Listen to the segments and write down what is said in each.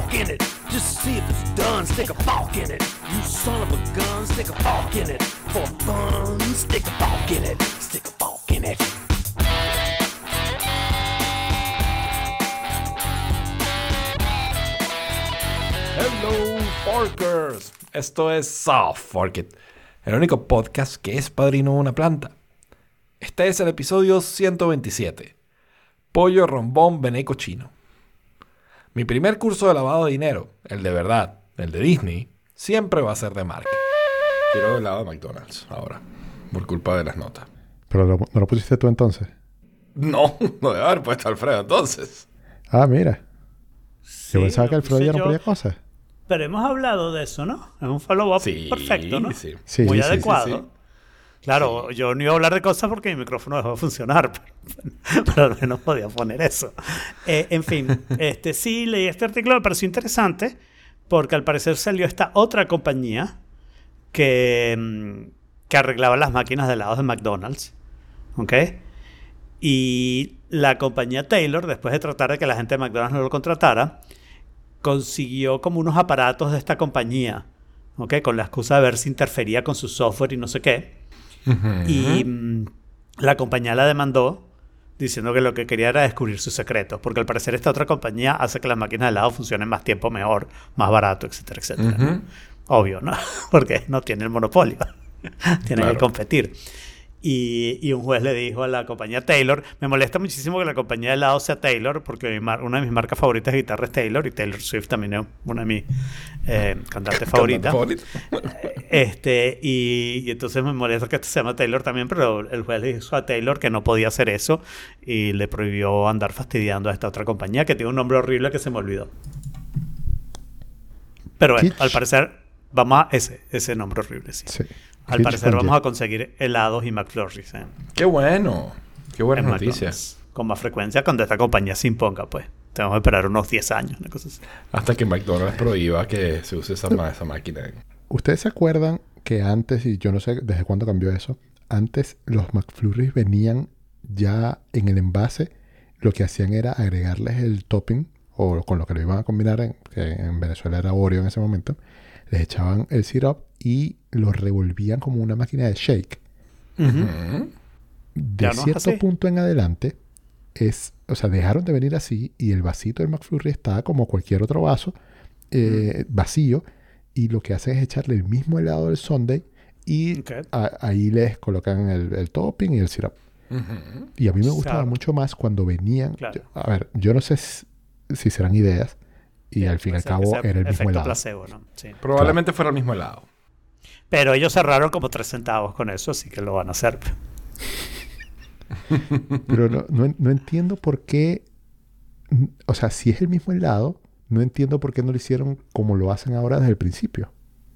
fork in it. Just to see if it's done, stick a fork in it. You son of a gun, stick a fork in it. For fun, stick a fork in it. Stick a fork in it. Hello, Forkers. Esto es Soft Fork It, el único podcast que es padrino de una planta. Este es el episodio 127. Pollo, rombón, vené cochino. Mi primer curso de lavado de dinero, el de verdad, el de Disney, siempre va a ser de marca. Quiero el lado de McDonald's ahora, por culpa de las notas. ¿Pero no lo pusiste tú entonces? No debe haber puesto Alfredo entonces. Ah, mira. Sí, Yo pensaba que Alfredo ya no yo, ponía cosas. pero hemos hablado de eso, ¿no? Es un follow-up perfecto, ¿no? Sí. Sí, Muy sí, adecuado. sí. Claro, yo no iba a hablar de cosas porque mi micrófono dejó de funcionar, pero al menos podía poner eso. En fin, sí, leí este artículo, me pareció interesante porque al parecer salió esta otra compañía que arreglaba las máquinas de helados de McDonald's, ¿ok? Y la compañía Taylor, después de tratar de que la gente de McDonald's no lo contratara, consiguió como unos aparatos de esta compañía, ¿ok? Con la excusa de ver si interfería con su software y no sé qué. Y la compañía la demandó diciendo que lo que quería era descubrir sus secretos, porque al parecer esta otra compañía hace que las máquinas de helado funcionen más tiempo, mejor, más barato, etcétera, etcétera, ¿no? Obvio, ¿no? Porque no tiene el monopolio. Tienen que competir. Y un juez le dijo a la compañía Taylor, me molesta muchísimo que la compañía de helado sea Taylor, porque una de mis marcas favoritas de guitarra es Taylor, y Taylor Swift también es una de mis cantantes favoritas. Y entonces me molesta que esto se llama Taylor también, pero el juez le dijo a Taylor que no podía hacer eso y le prohibió andar fastidiando a esta otra compañía que tiene un nombre horrible que se me olvidó. Pero bueno, al parecer vamos a ese nombre horrible, sí. Al parecer vamos a conseguir helados y McFlurries. ¡Qué bueno! ¡Qué buena noticia! Con más frecuencia cuando esta compañía se imponga, pues. Tenemos que esperar unos 10 años, una cosa así. Hasta que McDonald's prohíba que se use esa máquina. ¿Ustedes se acuerdan que antes, y yo no sé desde cuándo cambió eso, antes los McFlurries venían ya en el envase, lo que hacían era agregarles el topping, o con lo que lo iban a combinar, que en Venezuela era Oreo en ese momento, les echaban el syrup y lo revolvían como una máquina de shake. De cierto punto en adelante, dejaron de venir así y el vasito del McFlurry está como cualquier otro vaso, vacío, y lo que hacen es echarle el mismo helado del sundae y ahí les colocan el topping y el syrup. Y a mí me gustaba mucho más cuando venían... Claro. Yo no sé si serán ideas, y al fin y al cabo era el mismo helado. Placebo, ¿no? Sí. Probablemente fuera el mismo helado. Pero ellos cerraron como 3 centavos con eso, así que lo van a hacer. Pero no entiendo por qué... O sea, si es el mismo helado, no entiendo por qué no lo hicieron como lo hacen ahora desde el principio.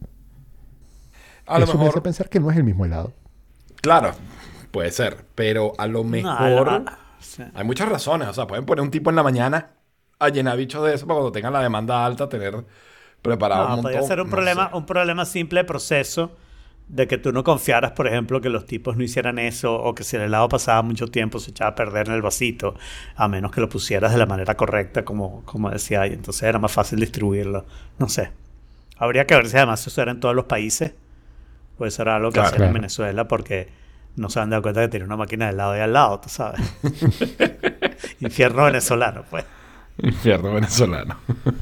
Eso me hace pensar que no es el mismo helado. Claro, puede ser. Pero a lo mejor... Hay muchas razones. O sea, pueden poner un tipo en la mañana a llenar bichos de eso para cuando tengan la demanda alta tener preparado un montón. Podría ser un problema simple de proceso, de que tú no confiaras, por ejemplo, que los tipos no hicieran eso, o que si el helado pasaba mucho tiempo se echaba a perder en el vasito, a menos que lo pusieras de la manera correcta, como decía, y entonces era más fácil distribuirlo. No sé. Habría que ver si además eso era en todos los países, o eso era algo que hacían en Venezuela, porque no se han dado cuenta que tenía una máquina de helado ahí al lado, tú sabes. Infierno venezolano, pues. Infierno venezolano.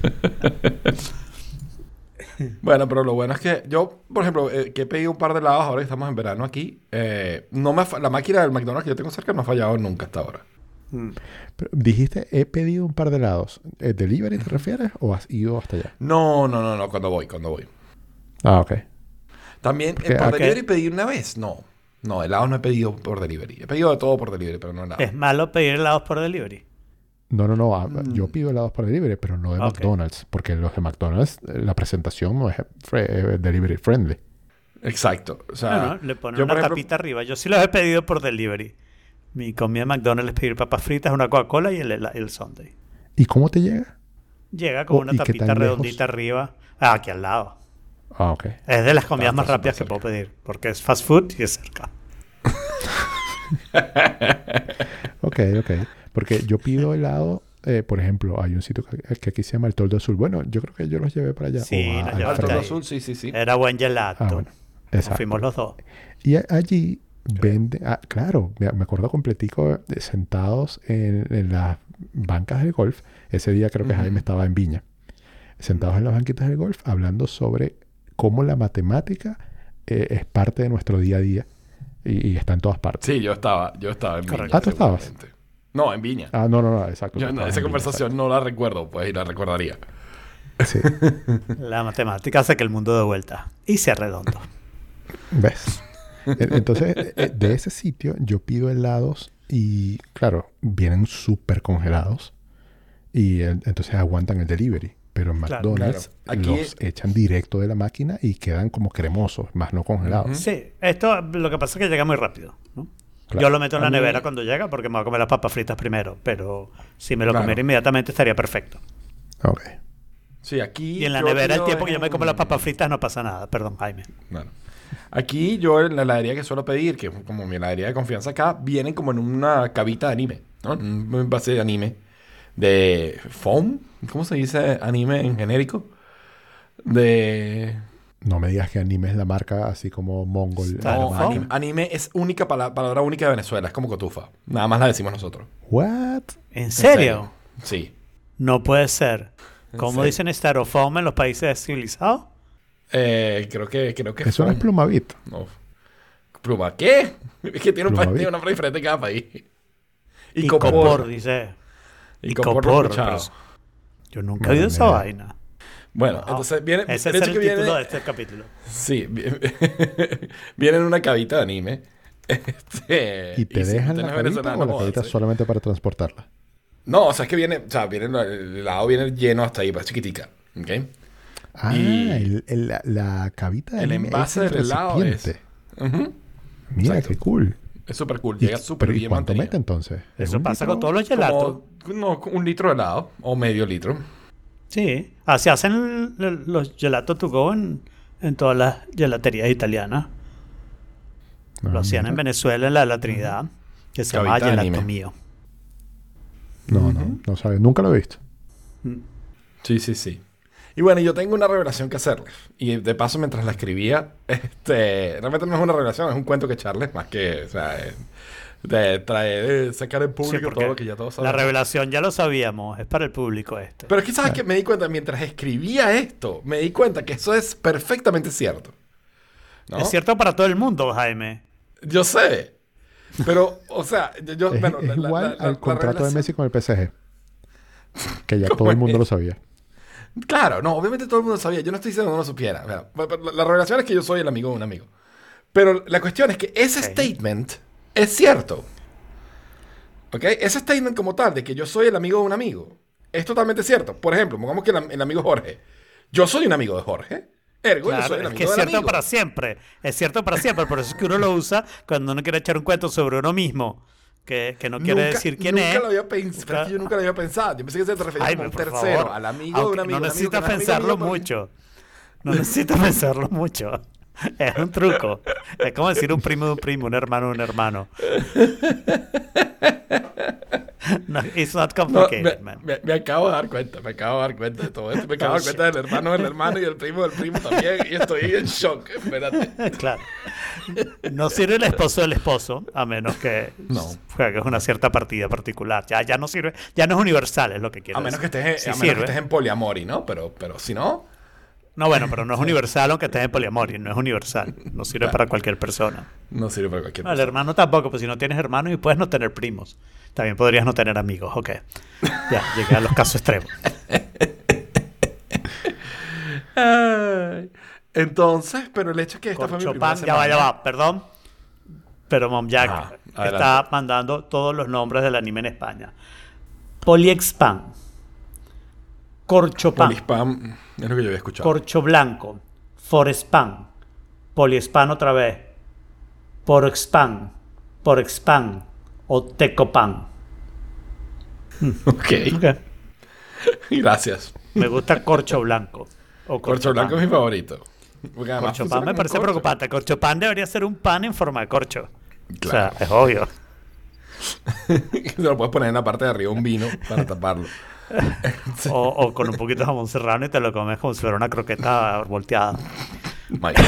Bueno, pero lo bueno es que yo, por ejemplo, que he pedido un par de helados ahora que estamos en verano aquí, la máquina del McDonald's que yo tengo cerca no ha fallado nunca hasta ahora. Pero dijiste, he pedido un par de helados. ¿Delivery te refieres o has ido hasta allá? No, cuando voy. Ah, ok. También, por delivery pedí una vez, no, helados no he pedido por delivery. He pedido de todo por delivery, pero no helados. ¿Es malo pedir helados por delivery? No. Yo pido helados por delivery, pero no de McDonald's. Porque los de McDonald's, la presentación no es delivery friendly. Exacto. O sea, le ponen una tapita arriba. Yo sí los he pedido por delivery. Mi comida de McDonald's es pedir papas fritas, una Coca-Cola y el sundae. ¿Y cómo te llega? Llega con una tapita redondita arriba. Aquí al lado. Ah, ok. Es de las comidas más rápidas que puedo pedir. Porque es fast food y es cerca. Ok. Porque yo pido helado por ejemplo, hay un sitio que aquí se llama el Toldo Azul. Bueno, yo creo que yo los llevé para allá. Sí, o los al llevaste frente. ahí. Azul, sí. Era buen gelato. Ah, bueno. Exacto. Fuimos los dos. Y allí venden, claro, me acuerdo completico sentados en las bancas del golf. Ese día creo que Jaime estaba en Viña. Sentados en las banquitas del golf hablando sobre cómo la matemática es parte de nuestro día a día y está en todas partes. Sí, yo estaba en Viña. Ah, ¿tú estabas? seguramente. No, en Viña. Ah, no, exacto. Yo tú no, estabas esa en Viña, conversación no la recuerdo, pues, y la recordaría. exacto. Sí. La matemática hace que el mundo dé vuelta y sea redondo. ¿Ves? Entonces, de ese sitio yo pido helados y, claro, vienen súper congelados y entonces aguantan el delivery. Pero en Claro. McDonald's Claro. Aquí- los echan directo de la máquina y quedan como cremosos, más no congelados. Sí, esto lo que pasa es que llega muy rápido, ¿no? Claro. Yo lo meto en la A mí- nevera cuando llega porque me voy a comer las papas fritas primero, pero si me lo Claro. comiera inmediatamente estaría perfecto. Ok. Sí, aquí... Y en la yo nevera el pido tiempo que yo me como las en- papas fritas no pasa nada. Perdón, Jaime. Claro. Aquí yo en la heladería que suelo pedir, que es como mi heladería de confianza acá, vienen como en una cavita de anime, ¿no? Un envase de anime. De foam. ¿Cómo se dice anime en genérico? De... No me digas que anime es la marca así como Mongol. Claro, No, foam. anime es única palabra única de Venezuela. Es como cotufa. Nada más la decimos nosotros. ¿What? ¿En serio? Sí. No puede ser. ¿Cómo serio? dicen styrofoam en los países civilizados? Creo que Eso no foam. es Plumavit. No. ¿Pluma qué? Es que tiene un Plumavit. tiene una nombre diferente en cada país. Y copor, dice. Y copor, copor, lo he escuchado. pero- Yo nunca he Madre oído esa mía. vaina. Bueno, Wow. entonces viene... Ese el es hecho el que título viene- de este capítulo. Sí, viene en una cavita de anime. ¿Y te si dejan usted la no es cavita venezolano, o la no cavita jodas, solamente para transportarla? No, o sea, es que viene... O sea, el helado viene lleno hasta ahí, pues chiquitica. ¿Ok? Ah, Y- la cavita de el anime envase es el del helado es... recipiente. Ujú. Mira, Exacto. qué cool. Es súper cool. Llega súper pero ¿y bien cuánto mantenido. mete entonces? ¿Es Eso un pasa litro? con todos los gelatos. Como, no, 1 litro de helado. O medio litro. Sí. Así hacen los gelato to go en todas las gelaterías italianas. Ah, Lo hacían en mira. Venezuela, en la Trinidad, que se llama Cavita de gelato anime. mío. No sabes. Nunca lo he visto. Sí. Y bueno, yo tengo una revelación que hacerles. Y de paso, mientras la escribía, realmente no es una revelación, es un cuento que echarles, más que, o sea, sacar en Sí, público porque todo lo que ya todos la saben. revelación ya lo sabíamos, es para el público esto. Pero es que, ¿sabes qué? Me di cuenta, mientras escribía esto, me di cuenta que eso es perfectamente cierto. ¿No? Es cierto para todo el mundo, Jaime. Yo sé. Pero, o sea, yo... Es, bueno, es igual al contrato de revelación- Messi con el PSG. Que ya todo ¿Cómo el mundo es? lo sabía. Claro, no, obviamente todo el mundo sabía. Yo no estoy diciendo que no lo supiera. Mira, la revelación es que yo soy el amigo de un amigo. Pero la cuestión es que ese Ok. statement es cierto. ¿Ok? Ese statement como tal, de que yo soy el amigo de un amigo, es totalmente cierto. Por ejemplo, pongamos que el amigo Jorge. Yo soy un amigo de Jorge. Ergo, yo Claro, soy el es amigo que es del cierto amigo. para siempre. Es cierto para siempre. Por eso es que uno lo usa cuando uno quiere echar un cuento sobre uno mismo. Que no quiere decir quién nunca es. Lo había pensado, yo nunca lo había pensado. Yo pensé que se te refería Jaime, como un por tercero, favor. al amigo Aunque de un amigo. no un amigo necesitas que no es amigo pensarlo mío, mucho. No necesitas pensarlo mucho. Es un truco. Es como decir un primo de un primo, un hermano de un hermano. No, it's not No, complicated, man. me acabo de dar cuenta, de todo esto. Me acabo de dar cuenta del hermano y del primo también. Y estoy en shock. Espérate. Claro. No sirve el esposo del esposo, a menos que No. juegues una cierta partida particular. Ya no sirve, ya no es universal, es lo que quiero A menos que decir. estés, Sí a menos que sirve. estés en poliamori, ¿no? Pero si no, No, bueno, pero no es universal aunque estés en poliamor, no es universal. No sirve Claro. para cualquier persona. no sirve para cualquier No, el persona. hermano tampoco, pues si no tienes hermanos y puedes no tener primos. También podrías no tener amigos, ok. Ya, llegué a los casos extremos. Ay. Entonces, pero el hecho es que esta fue mi primera Corchopan, ya semana. va, perdón. Pero Mom Jack Ajá, está adelante. mandando todos los nombres del anime en España. Poliexpan, Corchopan, Polispam es lo que yo había escuchado. Corcho Blanco, Forespan, Poliespan otra vez, Porexpan, o Tecopan. Ok. Ok. Gracias. Me gusta Corcho Blanco. O Corcho Blanco es mi favorito. Porque además Corchopan funciona me como parece corcho. preocupante. Corchopan debería ser un pan en forma de corcho. Claro. O sea, es obvio. Se lo puedes poner en la parte de arriba un vino para taparlo. O con un poquito de jamón serrano y te lo comes como si fuera una croqueta volteada. Vaya.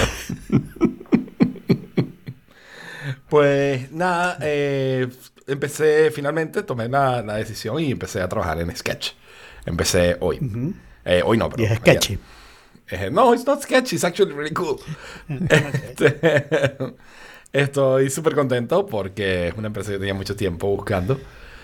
Pues nada, empecé finalmente, tomé la decisión y empecé a trabajar en Sketch. Empecé hoy. Hoy no, pero Y es sketchy. No, it's not sketchy, it's actually really cool. Estoy súper contento porque es una empresa que tenía mucho tiempo buscando.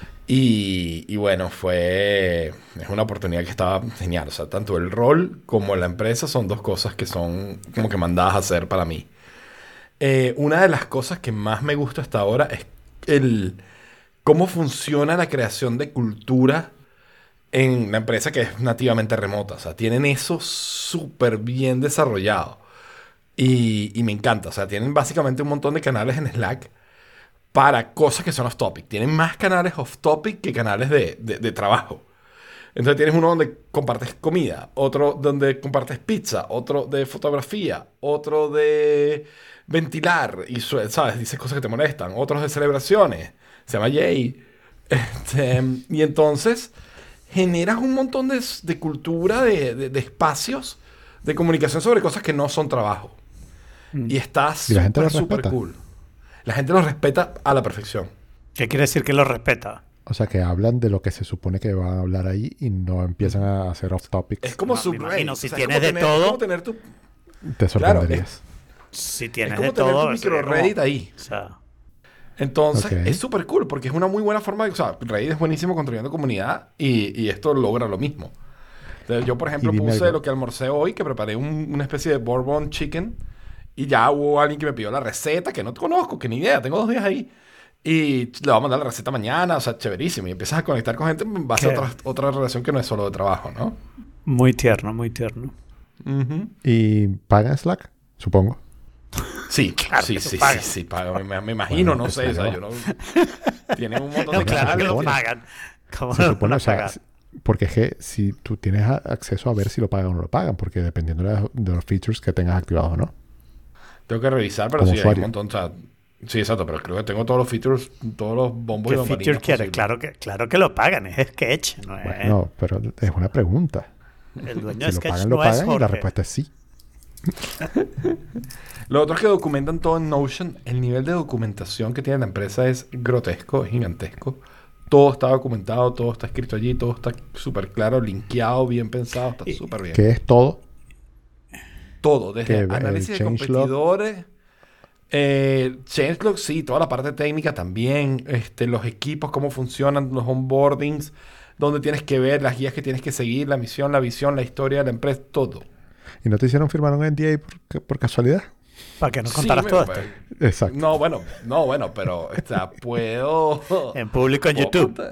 Y bueno, es una oportunidad que estaba genial. O sea, tanto el rol como la empresa son dos cosas que son como que mandadas a hacer para mí. Una de las cosas que más me gusta hasta ahora es cómo funciona la creación de cultura en la empresa que es nativamente remota. O sea, tienen eso súper bien desarrollado. Y me encanta. O sea, tienen básicamente un montón de canales en Slack para cosas que son off-topic. Tienen más canales off-topic que canales de trabajo. Entonces tienes uno donde compartes comida, otro donde compartes pizza, otro de fotografía, otro de ventilar y, ¿sabes? Dices cosas que te molestan, otros de celebraciones. Se llama Jay. Y entonces generas un montón de cultura, de espacios de comunicación sobre cosas que no son trabajo. Y está ¿Y la gente lo súper respeta? cool. La gente lo respeta a la perfección. ¿Qué quiere decir que lo respeta? O sea, que hablan de lo que se supone que van a hablar ahí y no empiezan a hacer off topics. Es como No, me Subreddit. imagino, O si sea, tienes es como de tener- todo- es como tener tu, Te sorprenderías. Si es tienes como de tener todo... tu micro sería como- Reddit ahí. O sea, Entonces, Ok. es súper cool porque es una muy buena forma de... O sea, Reddit es buenísimo construyendo comunidad y esto logra lo mismo. Entonces, yo, por ejemplo, Y dime puse algo. lo que almorcé hoy, que preparé una especie de bourbon chicken y ya hubo alguien que me pidió la receta que no conozco, que ni idea, tengo 2 días ahí. Y le voy a mandar la receta mañana, o sea, chéverísimo. Y empiezas a conectar con gente en base a ¿Qué? otra relación que no es solo de trabajo, ¿no? muy tierno, muy tierno. Ujú. ¿Y pagan Slack? Supongo. Sí, Claro sí, que sí, pagan. sí, pagan. Me imagino, Bueno, no que sé, o sea, se yo no... Tienen un montón No, de claro que canales. lo supone. pagan. ¿Cómo Se no lo supone, van a o sea, pagar? porque es que si tú tienes acceso a ver si lo pagan o no lo pagan, porque dependiendo de los features que tengas activados o no. Tengo que revisar, pero Como sí, hay un usuario. montón. O sea, sí, exacto, pero creo que tengo todos los features, todos los bombos y ¿Qué bambalinas feature quieres? posibles. Claro que lo pagan. Es Sketch. No es, Bueno, pero es una pregunta. el dueño Si de lo Sketch pagan, lo no es pagan y la Jorge. respuesta es sí. Lo otro es que documentan todo en Notion. El nivel de documentación que tiene la empresa es grotesco, es gigantesco. Todo está documentado, todo está escrito allí, todo está súper claro, linkeado, bien pensado, está súper bien. ¿Qué es todo? Todo, desde Que análisis el de changelog. competidores, changelog, sí, toda la parte técnica también, los equipos, cómo funcionan, los onboardings, dónde tienes que ver, las guías que tienes que seguir, la misión, la visión, la historia de la empresa, todo. ¿Y no te hicieron firmar un NDA por casualidad? Para que nos Sí, contaras todo esto. Exacto. No, bueno, pero o sea, puedo... En público en puedo YouTube. contar.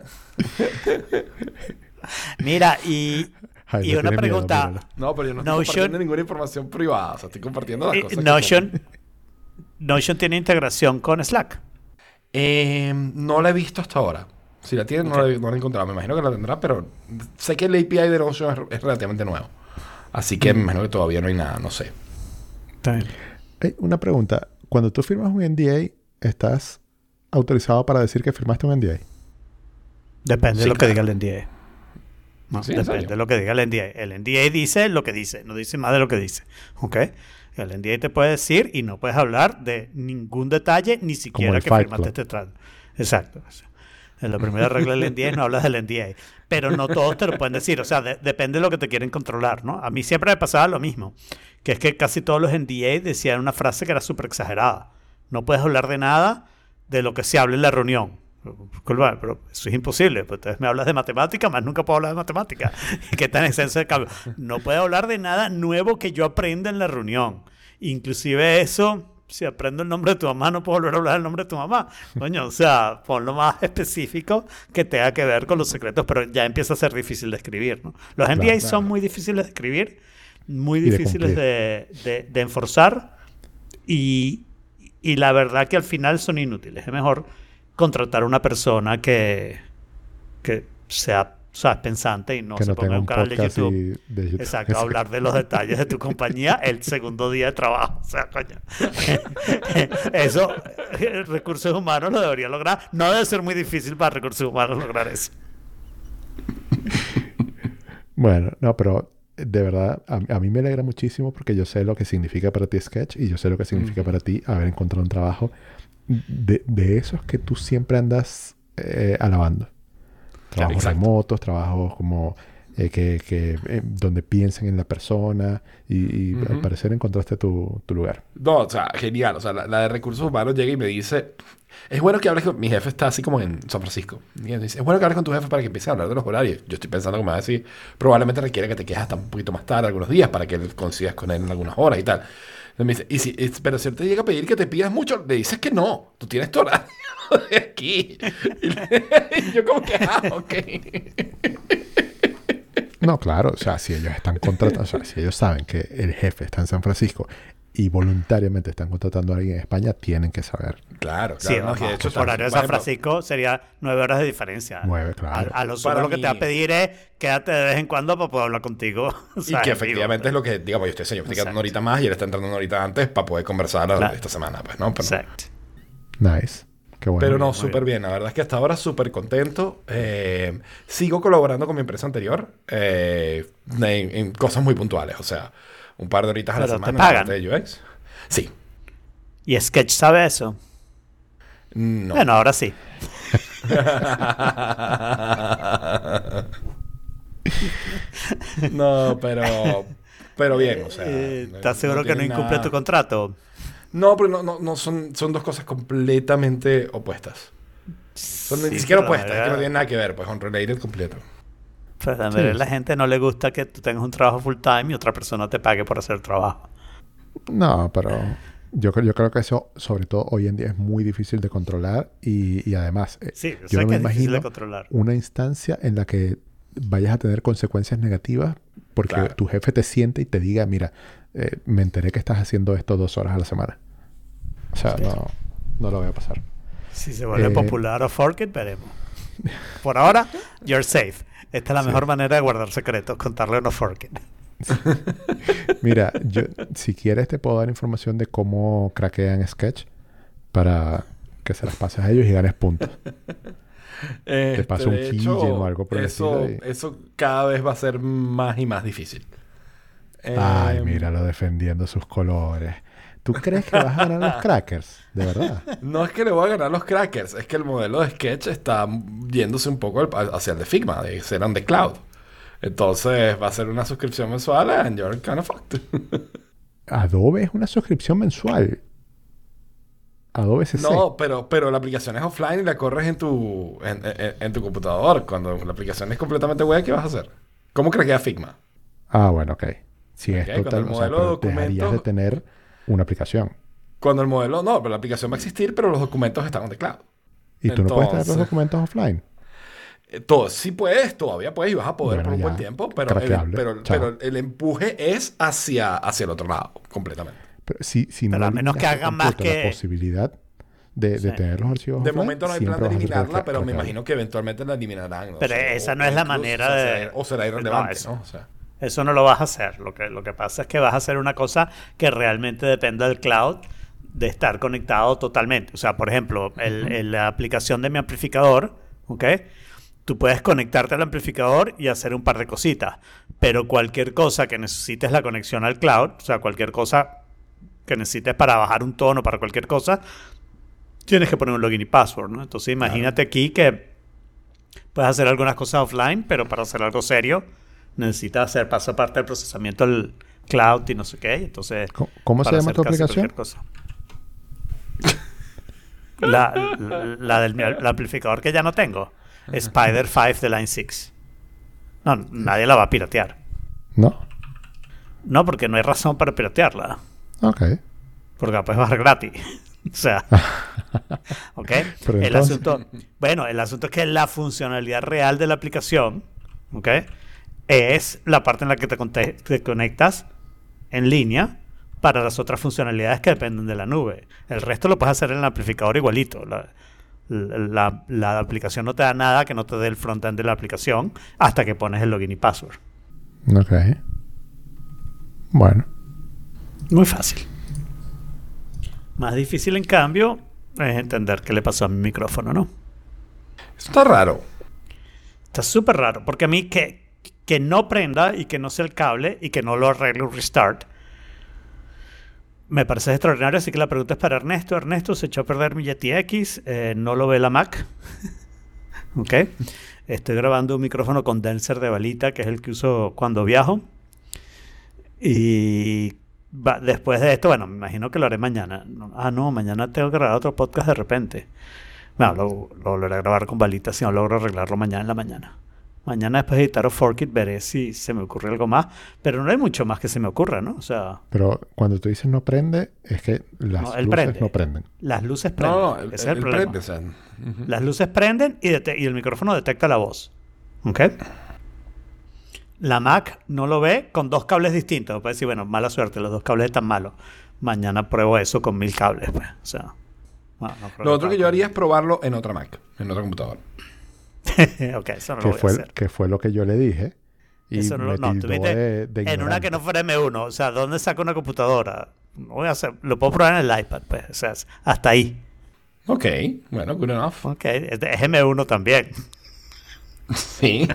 Mira, y Jaime una tiene miedo, pregunta. míralo. No, pero yo no estoy Notion- compartiendo ninguna información privada. O sea, estoy compartiendo las cosas Notion tiene integración con Slack. No la he visto hasta ahora. Si la tiene, no la he encontrado. Me imagino que la tendrá, pero sé que el API de Notion es relativamente nuevo. Así que me imagino que todavía no hay nada, no sé. Está bien. Una pregunta. Cuando tú firmas un NDA, ¿estás autorizado para decir que firmaste un NDA? Depende de Sí, lo que claro. diga el NDA. No, Sí, ¿en depende serio? de lo que diga el NDA. El NDA dice lo que dice, no dice más de lo que dice. ¿Ok? El NDA te puede decir y no puedes hablar de ningún detalle, ni siquiera el que Fight firmaste Club. este trato. Exacto. En la primera regla del NDA es no hablas del NDA. Pero no todos te lo pueden decir. O sea, depende de lo que te quieren controlar, ¿no? A mí siempre me pasaba lo mismo. Que es que casi todos los NDA decían una frase que era súper exagerada. No puedes hablar de nada de lo que se hable en la reunión. Disculpa, pero eso es imposible. Pues entonces me hablas de matemática, más nunca puedo hablar de matemática. ¿Qué tan extenso el cambio? No puedo hablar de nada nuevo que yo aprenda en la reunión. Inclusive eso, si aprendo el nombre de tu mamá, no puedo volver a hablar el nombre de tu mamá. Coño, o sea, ponlo más específico que tenga que ver con los secretos, pero ya empieza a ser difícil de escribir, ¿no? Los NDA Claro. son muy difíciles de escribir, muy Y de difíciles cumplir. de enforzar y la verdad que al final son inútiles. Es mejor contratar a una persona que sea, ¿sabes? Pensante y no que se no ponga tenga en un un canal de podcast YouTube. de YouTube. Exacto, hablar de los detalles de tu compañía el segundo día de trabajo. O sea, coño. recursos humanos lo debería lograr. No debe ser muy difícil para recursos humanos lograr eso. Bueno, no, pero de verdad, a mí me alegra muchísimo porque yo sé lo que significa para ti Sketch y yo sé lo que significa para ti haber encontrado un trabajo de esos que tú siempre andas alabando. Trabajos remotos, trabajos como donde piensen en la persona y al parecer encontraste tu lugar. No, o sea, genial. O sea, la de recursos humanos llega y me dice, es bueno que hables con... Mi jefe está así como en San Francisco. Y me dice, es bueno que hables con tu jefe para que empieces a hablar de los horarios. Yo estoy pensando que me va a decir, probablemente requiere que te quedes hasta un poquito más tarde algunos días para que coincidas con él en algunas horas y tal. Entonces me dice, pero si él te llega a pedir que te pidas mucho, le dices que no. Tú tienes tu horario de aquí. Y yo como que, ok. No, claro, o sea, si ellos están contratando, o sea, si ellos saben que el jefe está en San Francisco y voluntariamente están contratando a alguien en España, tienen que saber. Claro, Sí, no, que de hecho, horario de San Francisco sería 9 horas de diferencia. 9, claro. A lo sumo lo que te va a pedir es quédate de vez en cuando para poder hablar contigo. O sea, y que efectivamente es lo que, digamos, yo estoy quedando una horita más y él está entrando una horita antes para poder conversar esta semana, pues, ¿no? Pero, exacto. Nice. Qué bueno. Pero no, súper bien. La verdad es que hasta ahora súper contento. Sigo colaborando con mi empresa anterior en cosas muy puntuales. O sea, un par de horitas a la semana. ¿Te pagan? De UX. Sí. ¿Y Sketch sabe eso? No. Bueno, ahora sí. No, pero bien, o sea. ¿Estás seguro que no tiene incumple tu contrato? No, pero no son dos cosas completamente opuestas. Ni siquiera opuestas, es que no tienen nada que ver, pues unrelated completo. Pues a ver, la gente no le gusta que tú tengas un trabajo full time y otra persona te pague por hacer el trabajo. No, pero yo creo que eso, sobre todo hoy en día, es muy difícil de controlar y además, Sí, yo no me que es difícil de imagino controlar. una instancia en la que vayas a tener consecuencias negativas porque tu jefe te siente y te diga, mira, me enteré que estás haciendo esto 2 horas a la semana. O sea, no lo voy a pasar. Si se vuelve popular o fork it, veremos. Por ahora, you're safe. Esta es la mejor manera de guardar secretos, contarle a unos fork it. Mira, yo si quieres te puedo dar información de cómo craquean Sketch para que se las pases a ellos y ganes puntos. Te paso un key o algo por el estilo. Eso cada vez va a ser más y más difícil. Ay, míralo defendiendo sus colores. ¿Tú crees que vas a ganar los crackers? ¿De verdad? No es que le voy a ganar los crackers, es que el modelo de Sketch está yéndose un poco hacia el de Figma, de ser on the cloud. Entonces va a ser una suscripción mensual and you're kind of fucked. Adobe es una suscripción mensual. Adobe CC. No, pero la aplicación es offline y la corres en tu computador. Cuando la aplicación es completamente web, ¿qué vas a hacer? ¿Cómo craquea Figma? Ah, bueno, ok. Si es Cuando total, el modelo de documentos... dejarías de tener una aplicación. Cuando el modelo... No, pero la aplicación va a existir, pero los documentos están on the cloud. ¿Y tú no puedes tener los documentos offline? Sí puedes, todavía puedes y vas a poder por un buen tiempo, pero el empuje es hacia el otro lado, completamente. Pero si no a menos que hagan más que... la posibilidad de tener los archivos de offline, momento no hay plan de eliminarla, pero me imagino que eventualmente la eliminarán. ¿no? Pero esa no es la manera de... O será irrelevante, no, ¿no? O sea, eso no lo vas a hacer. Lo que pasa es que vas a hacer una cosa que realmente dependa del cloud, de estar conectado totalmente. O sea, por ejemplo, la aplicación de mi amplificador, ¿ok? Tú puedes conectarte al amplificador y hacer un par de cositas, pero cualquier cosa que necesites la conexión al cloud, o sea, cualquier cosa que necesites para bajar un tono, para cualquier cosa, tienes que poner un login y password, ¿no? Entonces imagínate aquí que puedes hacer algunas cosas offline, pero para hacer algo serio necesitas hacer paso aparte del procesamiento del cloud y no sé qué. Entonces, ¿cómo se llama tu aplicación? La del amplificador que ya no tengo. Spider 5 de Line 6. No, nadie la va a piratear. ¿No? No, porque no hay razón para piratearla. Ok. Porque la puedes bajar gratis. O sea, ¿ok? Pero el asunto es que la funcionalidad real de la aplicación, ¿ok? Es la parte en la que te conectas en línea para las otras funcionalidades que dependen de la nube. El resto lo puedes hacer en el amplificador igualito. La aplicación no te da nada que no te dé el frontend de la aplicación hasta que pones el login y password. Ok. Bueno. Muy fácil. Más difícil, en cambio, es entender qué le pasó a mi micrófono, ¿no? Eso está raro. Está súper raro, porque a mí que no prenda y que no sea el cable y que no lo arregle un restart, me parece extraordinario. Así que la pregunta es para Ernesto. Ernesto, se echó a perder mi Yeti X, no lo ve la Mac. Ok. Estoy grabando un micrófono condenser de balita, que es el que uso cuando viajo. Y después de esto, bueno, me imagino que lo haré mañana. No, mañana tengo que grabar otro podcast de repente. Bueno, lo volveré a grabar con balita si no logro arreglarlo mañana en la mañana. Mañana después de editar Forkit veré si se me ocurre algo más. Pero no hay mucho más que se me ocurra, ¿no? O sea... Pero cuando tú dices no prende, es que las luces prende. no prenden. Las luces prenden. No, Ese es el problema. prende, o sea, Las luces prenden y el micrófono detecta la voz. ¿Ok? La Mac no lo ve con 2 cables distintos. Puede decir, bueno, mala suerte, los 2 cables están malos. Mañana pruebo eso con 1000 cables, pues. O sea... no Lo otro que yo haría es probarlo en otra Mac, en otra computadora. Ok, eso no lo voy a hacer. Que fue lo que yo le dije. Y eso no, me no, tildó de en una ignorante. que no fuera M1. O sea, ¿dónde saco una computadora? No voy a hacer, lo puedo probar en el iPad, pues. O sea, hasta ahí. Ok, bueno, good enough. Ok, es M1 también. Sí.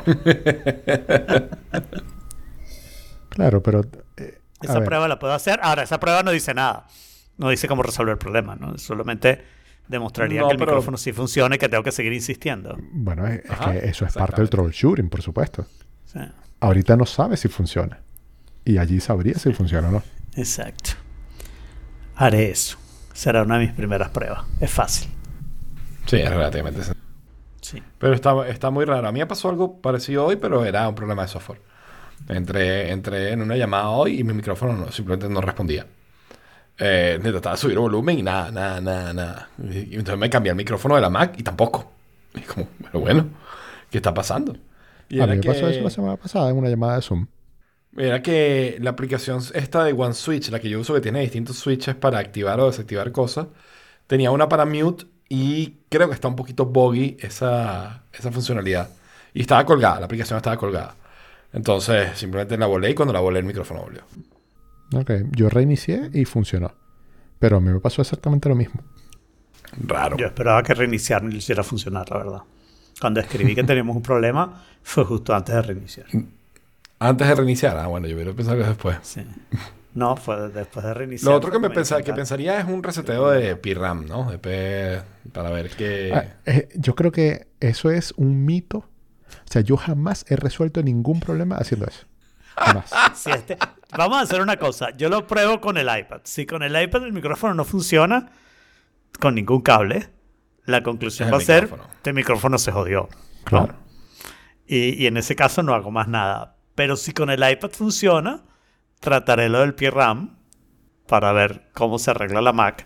Claro, pero... Esa prueba la puedo hacer. Ahora, esa prueba no dice nada. No dice cómo resolver el problema, ¿no? Solamente demostraría que el micrófono sí funciona y que tengo que seguir insistiendo. Bueno, es que eso es parte del troubleshooting, por supuesto. Sí. Ahorita no sabe si funciona. Y allí sabría si funciona o no. Exacto. Haré eso. Será una de mis primeras pruebas. Es fácil. Sí, es relativamente sencillo. Sí. Pero está muy raro. A mí me pasó algo parecido hoy, pero era un problema de software. Entré en una llamada hoy y mi micrófono simplemente no respondía. Intentaba subir el volumen y nada. Y entonces me cambié el micrófono de la Mac y tampoco. Y como, bueno, ¿qué está pasando? Y A mí me pasó eso la semana pasada en una llamada de Zoom. Era que la aplicación esta de OneSwitch, la que yo uso, que tiene distintos switches para activar o desactivar cosas, tenía una para mute y creo que está un poquito buggy esa funcionalidad. Y estaba colgada, la aplicación estaba colgada. Entonces simplemente la volé y cuando la volé el micrófono volvió. Ok, yo reinicié y funcionó. Pero a mí me pasó exactamente lo mismo. Raro. Yo esperaba que reiniciar no lo hiciera funcionar, la verdad. Cuando escribí que teníamos un problema, fue justo antes de reiniciar. Antes de reiniciar. Bueno, yo hubiera pensado que después. Sí. No, fue después de reiniciar. Lo otro que pensaría es un reseteo de PRAM, ¿no? Para ver qué... Yo creo que eso es un mito. O sea, yo jamás he resuelto ningún problema haciendo eso. Jamás. Si vamos a hacer una cosa. Yo lo pruebo con el iPad. Si con el iPad el micrófono no funciona con ningún cable, la conclusión va a ser: este micrófono se jodió. Claro. ¿No? Y en ese caso no hago más nada. Pero si con el iPad funciona, trataré lo del PRAM para ver cómo se arregla la Mac.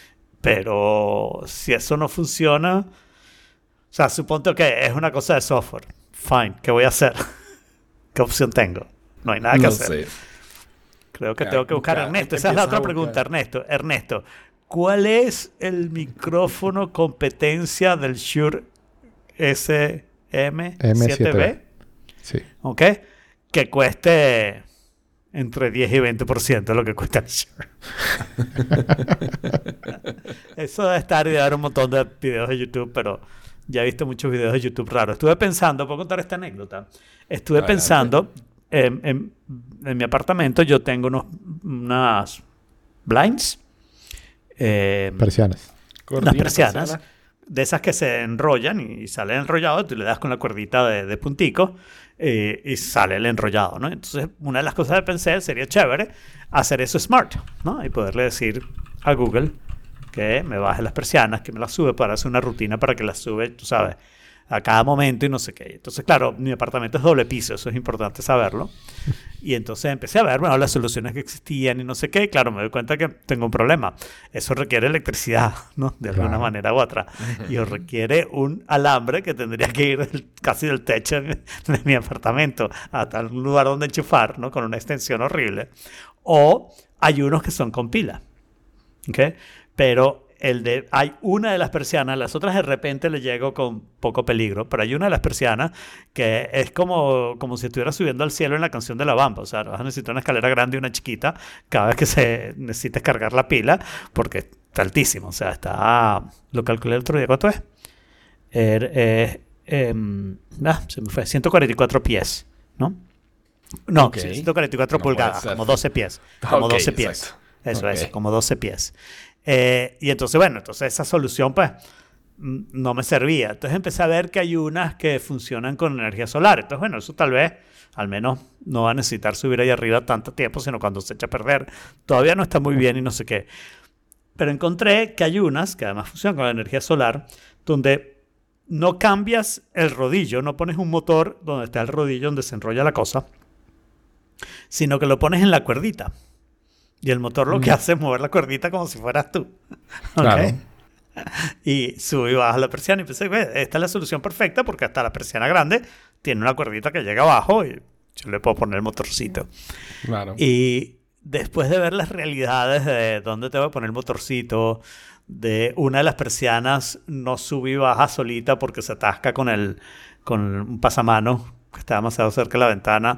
Pero si eso no funciona, o sea, supongo que es una cosa de software. Fine, ¿qué voy a hacer? ¿Qué opción tengo? No hay nada que hacer. Sé. Creo que tengo que buscar a Ernesto. Esa es la otra pregunta, Ernesto, ¿cuál es el micrófono competencia del Shure SM7B? Sí. ¿Ok? Que cueste entre 10 y 20% de lo que cuesta el Shure. Eso debe estar y de dar un montón de videos de YouTube, pero ya he visto muchos videos de YouTube raros. Estuve pensando, ¿puedo contar esta anécdota? Estuve pensando, en mi apartamento yo tengo unas blinds. Persianas. Unas persianas. De esas que se enrollan y sale enrollado. Tú le das con la cuerdita de puntico y sale el enrollado, ¿no? Entonces, una de las cosas que pensé sería chévere hacer eso smart, ¿no? Y poderle decir a Google que me baje las persianas, que me las sube para hacer una rutina para que las sube, tú sabes, a cada momento y no sé qué. Entonces, claro, mi apartamento es doble piso, eso es importante saberlo. Y entonces empecé a ver, bueno, las soluciones que existían y no sé qué. Y claro, me doy cuenta que tengo un problema. Eso requiere electricidad, ¿no? De alguna manera u otra. Y requiere un alambre que tendría que ir casi del techo de mi apartamento hasta un lugar donde enchufar, ¿no? Con una extensión horrible. O hay unos que son con pila. ¿Ok? Pero hay una de las persianas, las otras de repente le llego con poco peligro, pero hay una de las persianas que es como si estuviera subiendo al cielo en la canción de La Bamba. O sea, vas a necesitar una escalera grande y una chiquita cada vez que necesites cargar la pila, porque está altísimo. O sea, lo calculé el otro día. ¿Cuánto es? Se me fue. 144 pies, ¿no? No, Ok. 144 No puede pulgadas, ser. como 12 pies. Como Ok, 12 pies. exacto. Eso Ok. es, como 12 pies. Y entonces, bueno, esa solución, pues, no me servía. Entonces empecé a ver que hay unas que funcionan con energía solar. Entonces, bueno, eso tal vez, al menos, no va a necesitar subir ahí arriba tanto tiempo, sino cuando se echa a perder. Todavía no está muy bien y no sé qué. Pero encontré que hay unas, que además funcionan con la energía solar, donde no cambias el rodillo, no pones un motor donde está el rodillo donde se enrolla la cosa, sino que lo pones en la cuerdita. Y el motor lo que hace es mover la cuerdita como si fueras tú. ¿Ok? Claro. Y sube y baja la persiana y pensé, esta es la solución perfecta porque hasta la persiana grande tiene una cuerdita que llega abajo y yo le puedo poner el motorcito. Claro. Y después de ver las realidades de dónde te voy a poner el motorcito, de una de las persianas no sube y baja solita porque se atasca con un pasamanos que está demasiado cerca de la ventana,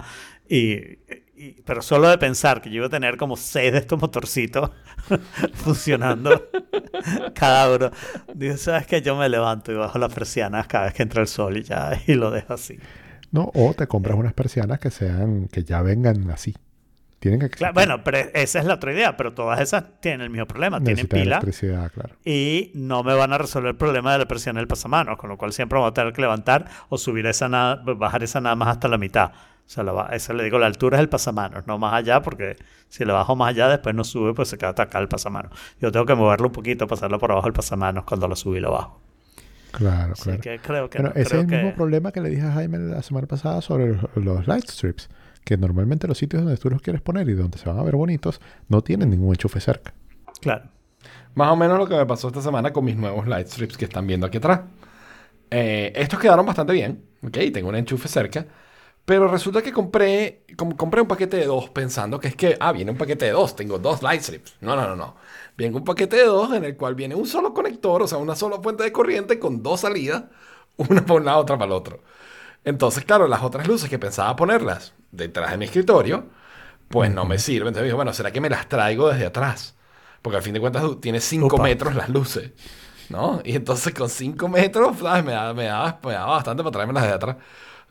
pero solo de pensar que yo iba a tener como 6 de estos motorcitos funcionando cada uno, digo, ¿sabes qué? Yo me levanto y bajo las persianas cada vez que entra el sol y lo dejo así. No, o te compras unas persianas que ya vengan así. Tienen que Claro, bueno, pero esa es la otra idea, pero todas esas tienen el mismo problema, tienen necesitan pila electricidad, claro. y no me van a resolver el problema de la persiana del pasamanos, con lo cual siempre voy a tener que levantar o subir bajar esa nada más hasta la mitad. O sea, esa le digo, la altura es el pasamanos, no más allá, porque si le bajo más allá después no sube, pues se queda atacado el pasamanos. Yo tengo que moverlo un poquito, pasarlo por abajo del pasamanos cuando lo subo y lo bajo. Claro, Así claro. que creo que Bueno, no, ese creo es el que... mismo problema que le dije a Jaime la semana pasada sobre los light strips, que normalmente los sitios donde tú los quieres poner y donde se van a ver bonitos no tienen ningún enchufe cerca. Claro. Más o menos lo que me pasó esta semana con mis nuevos light strips que están viendo aquí atrás. Estos quedaron bastante bien. Ok, tengo un enchufe cerca. Pero resulta que compré un paquete de 2 pensando que viene un paquete de 2. Tengo 2 light strips. No. Viene un paquete de 2 en el cual viene un solo conector, o sea, una sola fuente de corriente con 2 salidas. Una para un lado, otra para el otro. Entonces, claro, las otras luces que pensaba ponerlas detrás de mi escritorio, pues no me sirven. Entonces dije, bueno, ¿será que me las traigo desde atrás? Porque al fin de cuentas tiene 5 Upa. metros las luces, ¿no? Y entonces con 5 metros, ¿sabes? Me daba bastante para traérmelas desde atrás.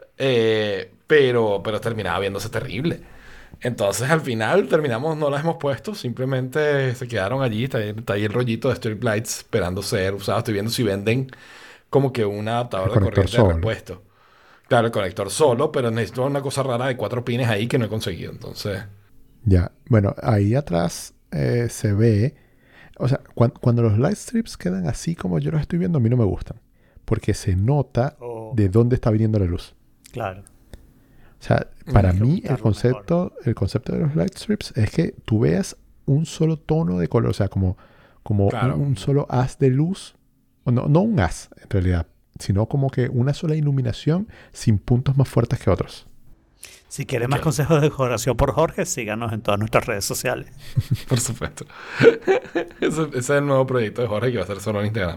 Pero terminaba viéndose terrible. Entonces al final no las hemos puesto, simplemente se quedaron allí. Está ahí el rollito de strip lights esperando ser usado. Estoy viendo si venden como que un adaptador El de conector corriente de solo. repuesto. Claro, el conector solo, pero necesito una cosa rara de 4 pines ahí que no he conseguido. Entonces, Ya, bueno, ahí atrás se ve, o sea, cuando los light strips quedan así como yo los estoy viendo, a mí no me gustan, porque se nota Oh. de dónde está viniendo la luz. Claro. O sea, para Hay que mí buscarlo el concepto de los light strips es que tú veas un solo tono de color, o sea, como Claro. un solo haz de luz, o no un haz en realidad, sino como que una sola iluminación sin puntos más fuertes que otros. Si quieren más consejos de decoración por Jorge, síganos en todas nuestras redes sociales. por supuesto. Ese es el nuevo proyecto de Jorge que va a ser solo en Instagram.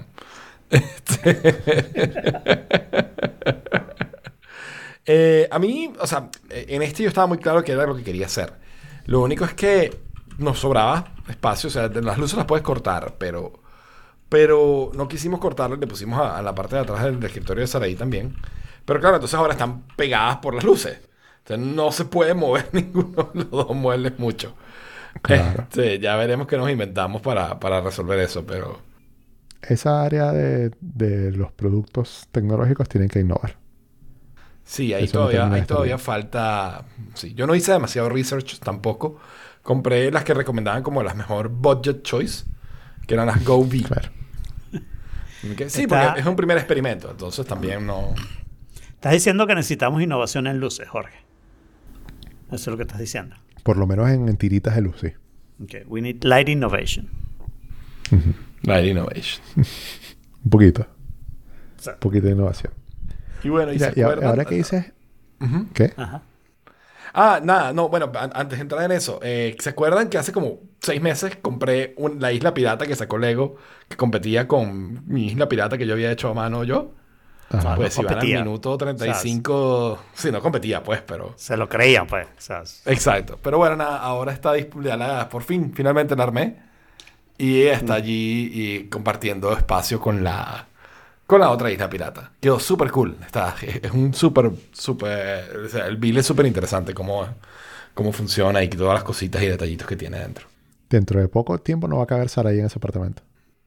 A mí, o sea, en yo estaba muy claro que era lo que quería hacer. Lo único es que nos sobraba espacio, o sea, las luces las puedes cortar, pero no quisimos cortarlas, le pusimos a la parte de atrás del escritorio de Saraí también. Pero claro, entonces ahora están pegadas por las luces. Entonces no se puede mover ninguno de los dos muebles mucho. Claro. Ya veremos qué nos inventamos para resolver eso, pero... Esa área de los productos tecnológicos tienen que innovar. Sí, ahí Eso no termina de estar todavía bien. falta... Sí, yo no hice demasiado research tampoco. Compré las que recomendaban como las mejor budget choice, que eran las Go V. Claro. Sí, Está- porque es un primer experimento, entonces también no... Estás diciendo que necesitamos innovación en luces, Jorge. Eso es lo que estás diciendo. Por lo menos en tiritas de luz, sí. Okay. We need light innovation. Light innovation. Un poquito. Sí. Un poquito de innovación. Y bueno, Mira, se y acuerdan... ahora que dices... Ujú. ¿Qué? Ajá. Nada, no, bueno, antes de entrar en eso, ¿se acuerdan que hace como 6 meses compré la isla pirata que sacó Lego, que competía con mi isla pirata que yo había hecho a mano yo? Ajá. Pues si van al competía. minuto 35... Sí, no competía, pues, pero... Se lo creían, pues. O sea, Exacto. Pero bueno, nada, ahora está disponible, por fin, finalmente la armé. Y ella está allí y compartiendo espacio con la otra isla pirata. Quedó súper cool. Es un súper, o sea, el build es súper interesante cómo funciona y todas las cositas y detallitos que tiene dentro. Dentro de poco tiempo no va a caber Sarai en ese apartamento.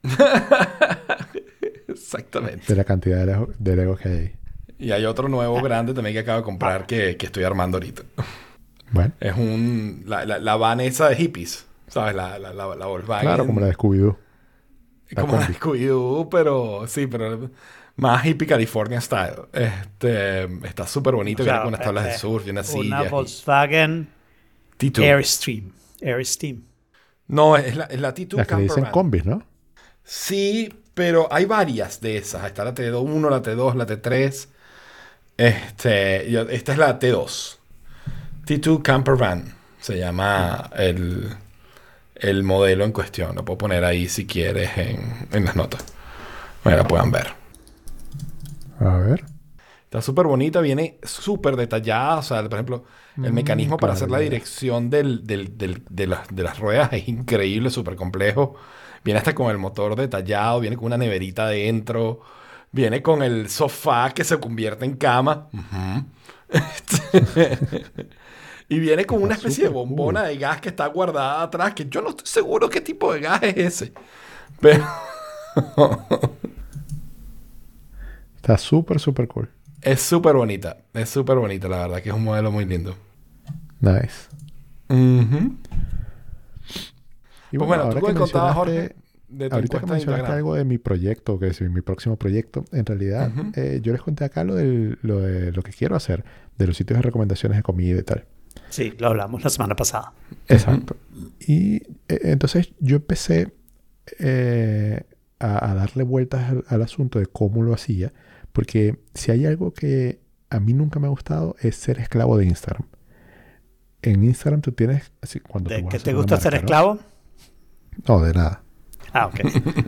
Exactamente. De la cantidad de Lego que hay ahí. Y hay otro nuevo grande también que acabo de comprar que estoy armando ahorita. Bueno, Es la van esa de hippies. ¿Sabes? La Volkswagen. claro, como la de Scooby-Doo. La Como la combi. de Scooby-Doo, pero sí, pero más hippie California style. Está súper bonito. O Viene sea, con unas tablas de surf y unas una sillas. Volkswagen T2. Airstream. Airstream. No, es la T2 Las que le dicen Campervan. combis, ¿no? Sí, pero hay varias de esas. Está la T1, la T2, la T3. Esta es la T2. T2 Campervan. Se llama el modelo en cuestión. Lo puedo poner ahí si quieres en las notas. Bueno, la puedan ver. A ver. Está súper bonita, viene súper detallada. O sea, por ejemplo, el mecanismo para hacer la ya. dirección de las ruedas es increíble, súper complejo. Viene hasta con el motor detallado, viene con una neverita adentro, viene con el sofá que se convierte en cama. Ujú. Y viene con una Está especie de súper bombona cool. de gas que está guardada atrás, que yo no estoy seguro qué tipo de gas es ese. Pero Está súper, súper cool. es súper bonita, la verdad, que es un modelo muy lindo. Nice. Ujú. Y Pues bueno, tú ahora me que contabas, mencionaste, Jorge, de tu ahorita que encuesta de mencionaste Instagram. algo de mi proyecto, que es mi próximo proyecto, en realidad Ujú. yo les conté acá de lo que quiero hacer, de los sitios de recomendaciones de comida y tal. Sí, lo hablamos la semana pasada. Exacto. Y entonces yo empecé a darle vueltas al asunto de cómo lo hacía, porque si hay algo que a mí nunca me ha gustado es ser esclavo de Instagram. En Instagram tú tienes, así, cuando tú ¿De vas a qué hacer te una gusta ser marca, ¿no? esclavo? No, de nada. Ah, ok.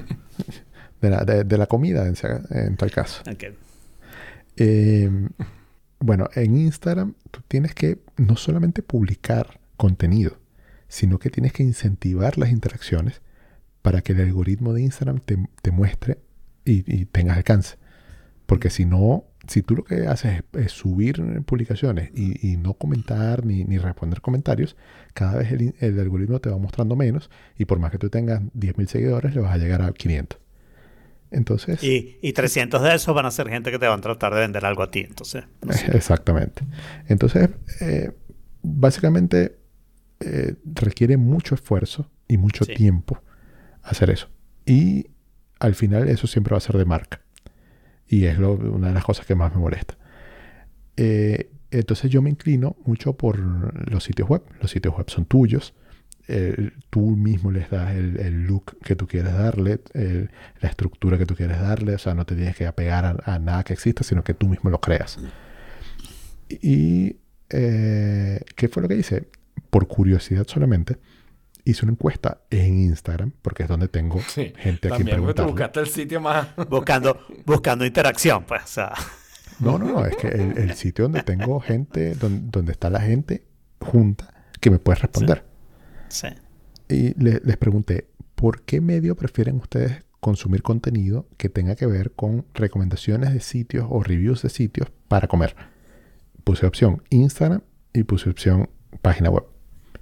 De la comida en tal caso. Ok. Eh, bueno, en Instagram tú tienes que no solamente publicar contenido, sino que tienes que incentivar las interacciones para que el algoritmo de Instagram te muestre y tengas alcance. Porque si no, si tú lo que haces es subir publicaciones y no comentar ni responder comentarios, cada vez el algoritmo te va mostrando menos y por más que tú tengas 10.000 seguidores, le vas a llegar a 500. Entonces, Y 300 de esos van a ser gente que te van a tratar de vender algo a ti. Entonces, no sé. exactamente. Entonces, básicamente requiere mucho esfuerzo y mucho Sí. tiempo hacer eso. Y al final eso siempre va a ser de marca. Y es una de las cosas que más me molesta. Entonces yo me inclino mucho por los sitios web. Los sitios web son tuyos. Tú mismo les das el look que tú quieres darle, la estructura que tú quieres darle. O sea, no te tienes que apegar a nada que exista, sino que tú mismo lo creas. Y ¿qué fue lo que hice? Por curiosidad solamente, hice una encuesta en Instagram, porque es donde tengo Sí, gente a quien también porque tú preguntarle. buscaste el sitio más. Buscando interacción, pues. O sea, No, es que el sitio donde tengo gente, donde está la gente junta, que me puede responder. sí. Y les pregunté, ¿por qué medio prefieren ustedes consumir contenido que tenga que ver con recomendaciones de sitios o reviews de sitios para comer? Puse opción Instagram y puse opción página web.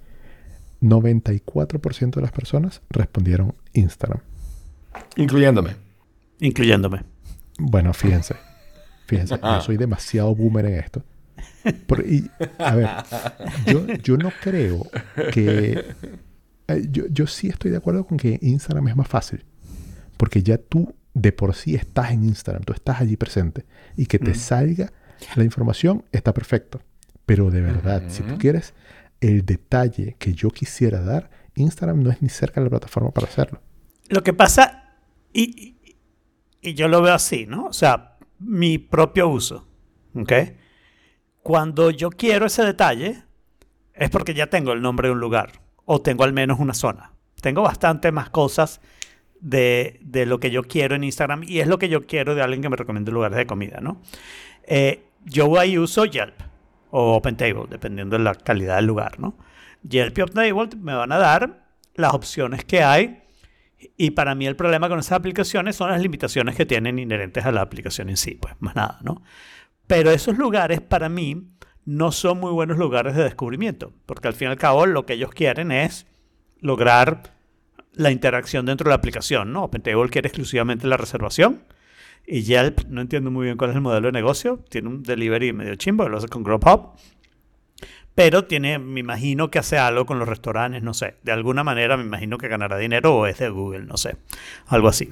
94% de las personas respondieron Instagram. Incluyéndome. Incluyéndome. Bueno, fíjense, yo soy demasiado boomer en esto. A ver, yo no creo que... yo sí estoy de acuerdo con que Instagram es más fácil. Porque ya tú de por sí estás en Instagram, tú estás allí presente. Y que te salga la información está perfecto. Pero de verdad, si tú quieres el detalle que yo quisiera dar, Instagram no es ni cerca de la plataforma para hacerlo. Lo que pasa, y yo lo veo así, ¿no? O sea, mi propio uso. ¿Ok? Cuando yo quiero ese detalle, es porque ya tengo el nombre de un lugar. O tengo al menos una zona. Tengo bastante más cosas de lo que yo quiero en Instagram. Y es lo que yo quiero de alguien que me recomiende lugares de comida, ¿no? Yo ahí uso Yelp o OpenTable, dependiendo de la calidad del lugar, ¿no? Yelp y OpenTable me van a dar las opciones que hay Y para mí el problema con esas aplicaciones son las limitaciones que tienen inherentes a la aplicación en sí, pues más nada, ¿no? Pero esos lugares para mí no son muy buenos lugares de descubrimiento, porque al fin y al cabo lo que ellos quieren es lograr la interacción dentro de la aplicación, ¿no? OpenTable quiere exclusivamente la reservación y Yelp, no entiendo muy bien cuál es el modelo de negocio, tiene un delivery medio chimbo, lo hace con Grubhub, pero tiene, me imagino que hace algo con los restaurantes, no sé. De alguna manera me imagino que ganará dinero o es de Google, no sé. Algo así.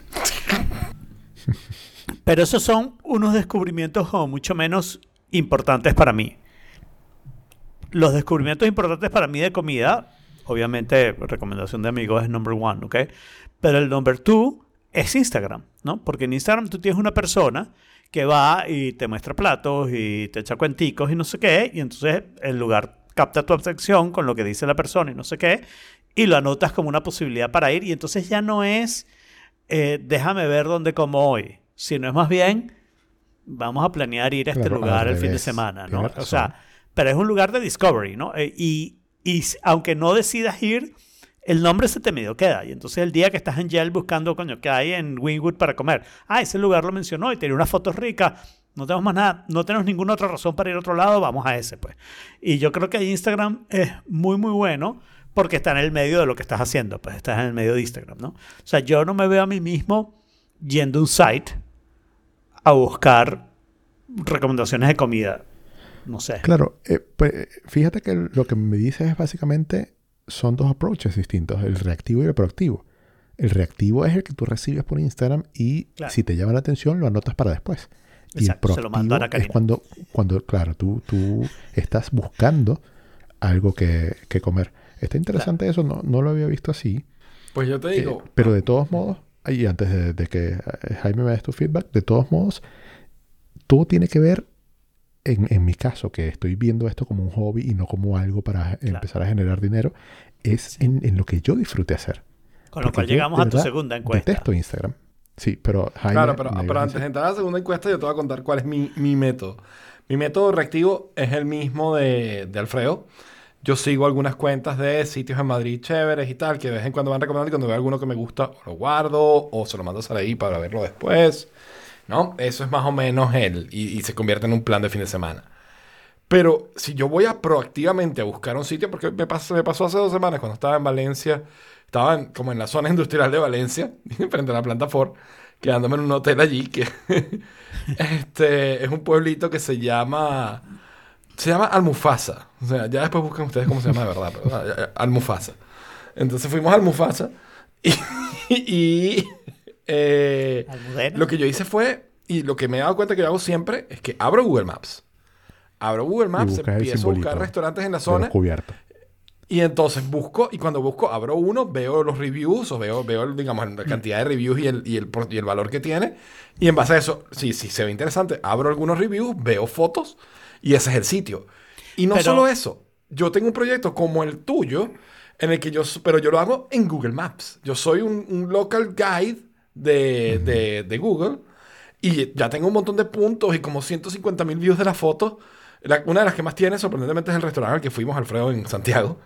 Pero esos son unos descubrimientos como mucho menos importantes para mí. Los descubrimientos importantes para mí de comida, obviamente, recomendación de amigos es number one, ¿ok? Pero el number two es Instagram, ¿no? Porque en Instagram tú tienes una persona que va y te muestra platos y te echa cuenticos y no sé qué, y entonces el lugar capta tu atención con lo que dice la persona y no sé qué, y lo anotas como una posibilidad para ir, y entonces ya no es déjame ver dónde como hoy, sino es más bien vamos a planear ir a este lugar el fin de semana, ¿no? O sea, pero es un lugar de discovery, ¿no? Y aunque no decidas ir, el nombre se te medio queda. Y entonces el día que estás en Yelp buscando, coño, ¿qué hay en Wynwood para comer? Ah, ese lugar lo mencionó y tiene unas fotos ricas. No tenemos más nada, no tenemos ninguna otra razón para ir a otro lado, vamos a ese, pues. Y yo creo que Instagram es muy, muy bueno porque está en el medio de lo que estás haciendo, pues estás en el medio de Instagram, ¿no? O sea, yo no me veo a mí mismo yendo a un site a buscar recomendaciones de comida. No sé. Claro, pues, fíjate que lo que me dices es básicamente son dos approaches distintos, el reactivo y el proactivo. El reactivo es el que tú recibes por Instagram y si te llama la atención lo anotas para después. Exacto, y el proactivo se lo mando a Ana Karina. es cuando claro, tú estás buscando algo que comer. Está interesante eso, no lo había visto así. Pues yo te digo... pero de todos modos, y antes de que Jaime me des tu feedback, de todos modos, todo tiene que ver, en mi caso, que estoy viendo esto como un hobby y no como algo para empezar a generar dinero, es en lo que yo disfrute hacer. Con lo cual llegamos a tu segunda encuesta. Detesto Instagram. Sí, pero Jaime... Claro, pero antes de entrar a la segunda encuesta yo te voy a contar cuál es mi método. Mi método reactivo es el mismo de Alfredo. Yo sigo algunas cuentas de sitios en Madrid chéveres y tal, que de vez en cuando van recomendando y cuando veo alguno que me gusta, o lo guardo o se lo mando a Saraí para verlo después. ¿No? Eso es más o menos y se convierte en un plan de fin de semana. Pero si yo voy proactivamente a buscar un sitio, porque me pasó hace 2 semanas cuando estaba en Valencia, estaba como en la zona industrial de Valencia, frente a la planta Ford, quedándome en un hotel allí, que es un pueblito que se llama Almufasa. O sea, ya después buscan ustedes cómo se llama de verdad, pero Almufasa. Entonces fuimos a Almufasa y lo que yo hice fue, y lo que me he dado cuenta que yo hago siempre, es que abro Google Maps. Empiezo a buscar restaurantes en la zona. Y entonces busco, y cuando busco, abro uno, veo los reviews, o veo digamos, la cantidad de reviews y el valor que tiene. Y en base a eso, si se ve interesante, abro algunos reviews, veo fotos, y ese es el sitio. Y no solo eso, yo tengo un proyecto como el tuyo, en el que pero yo lo hago en Google Maps. Yo soy un local guide de Google, y ya tengo un montón de puntos y como 150,000 views de las fotos. Una de las que más tiene, sorprendentemente, es el restaurante al que fuimos, Alfredo, en Santiago.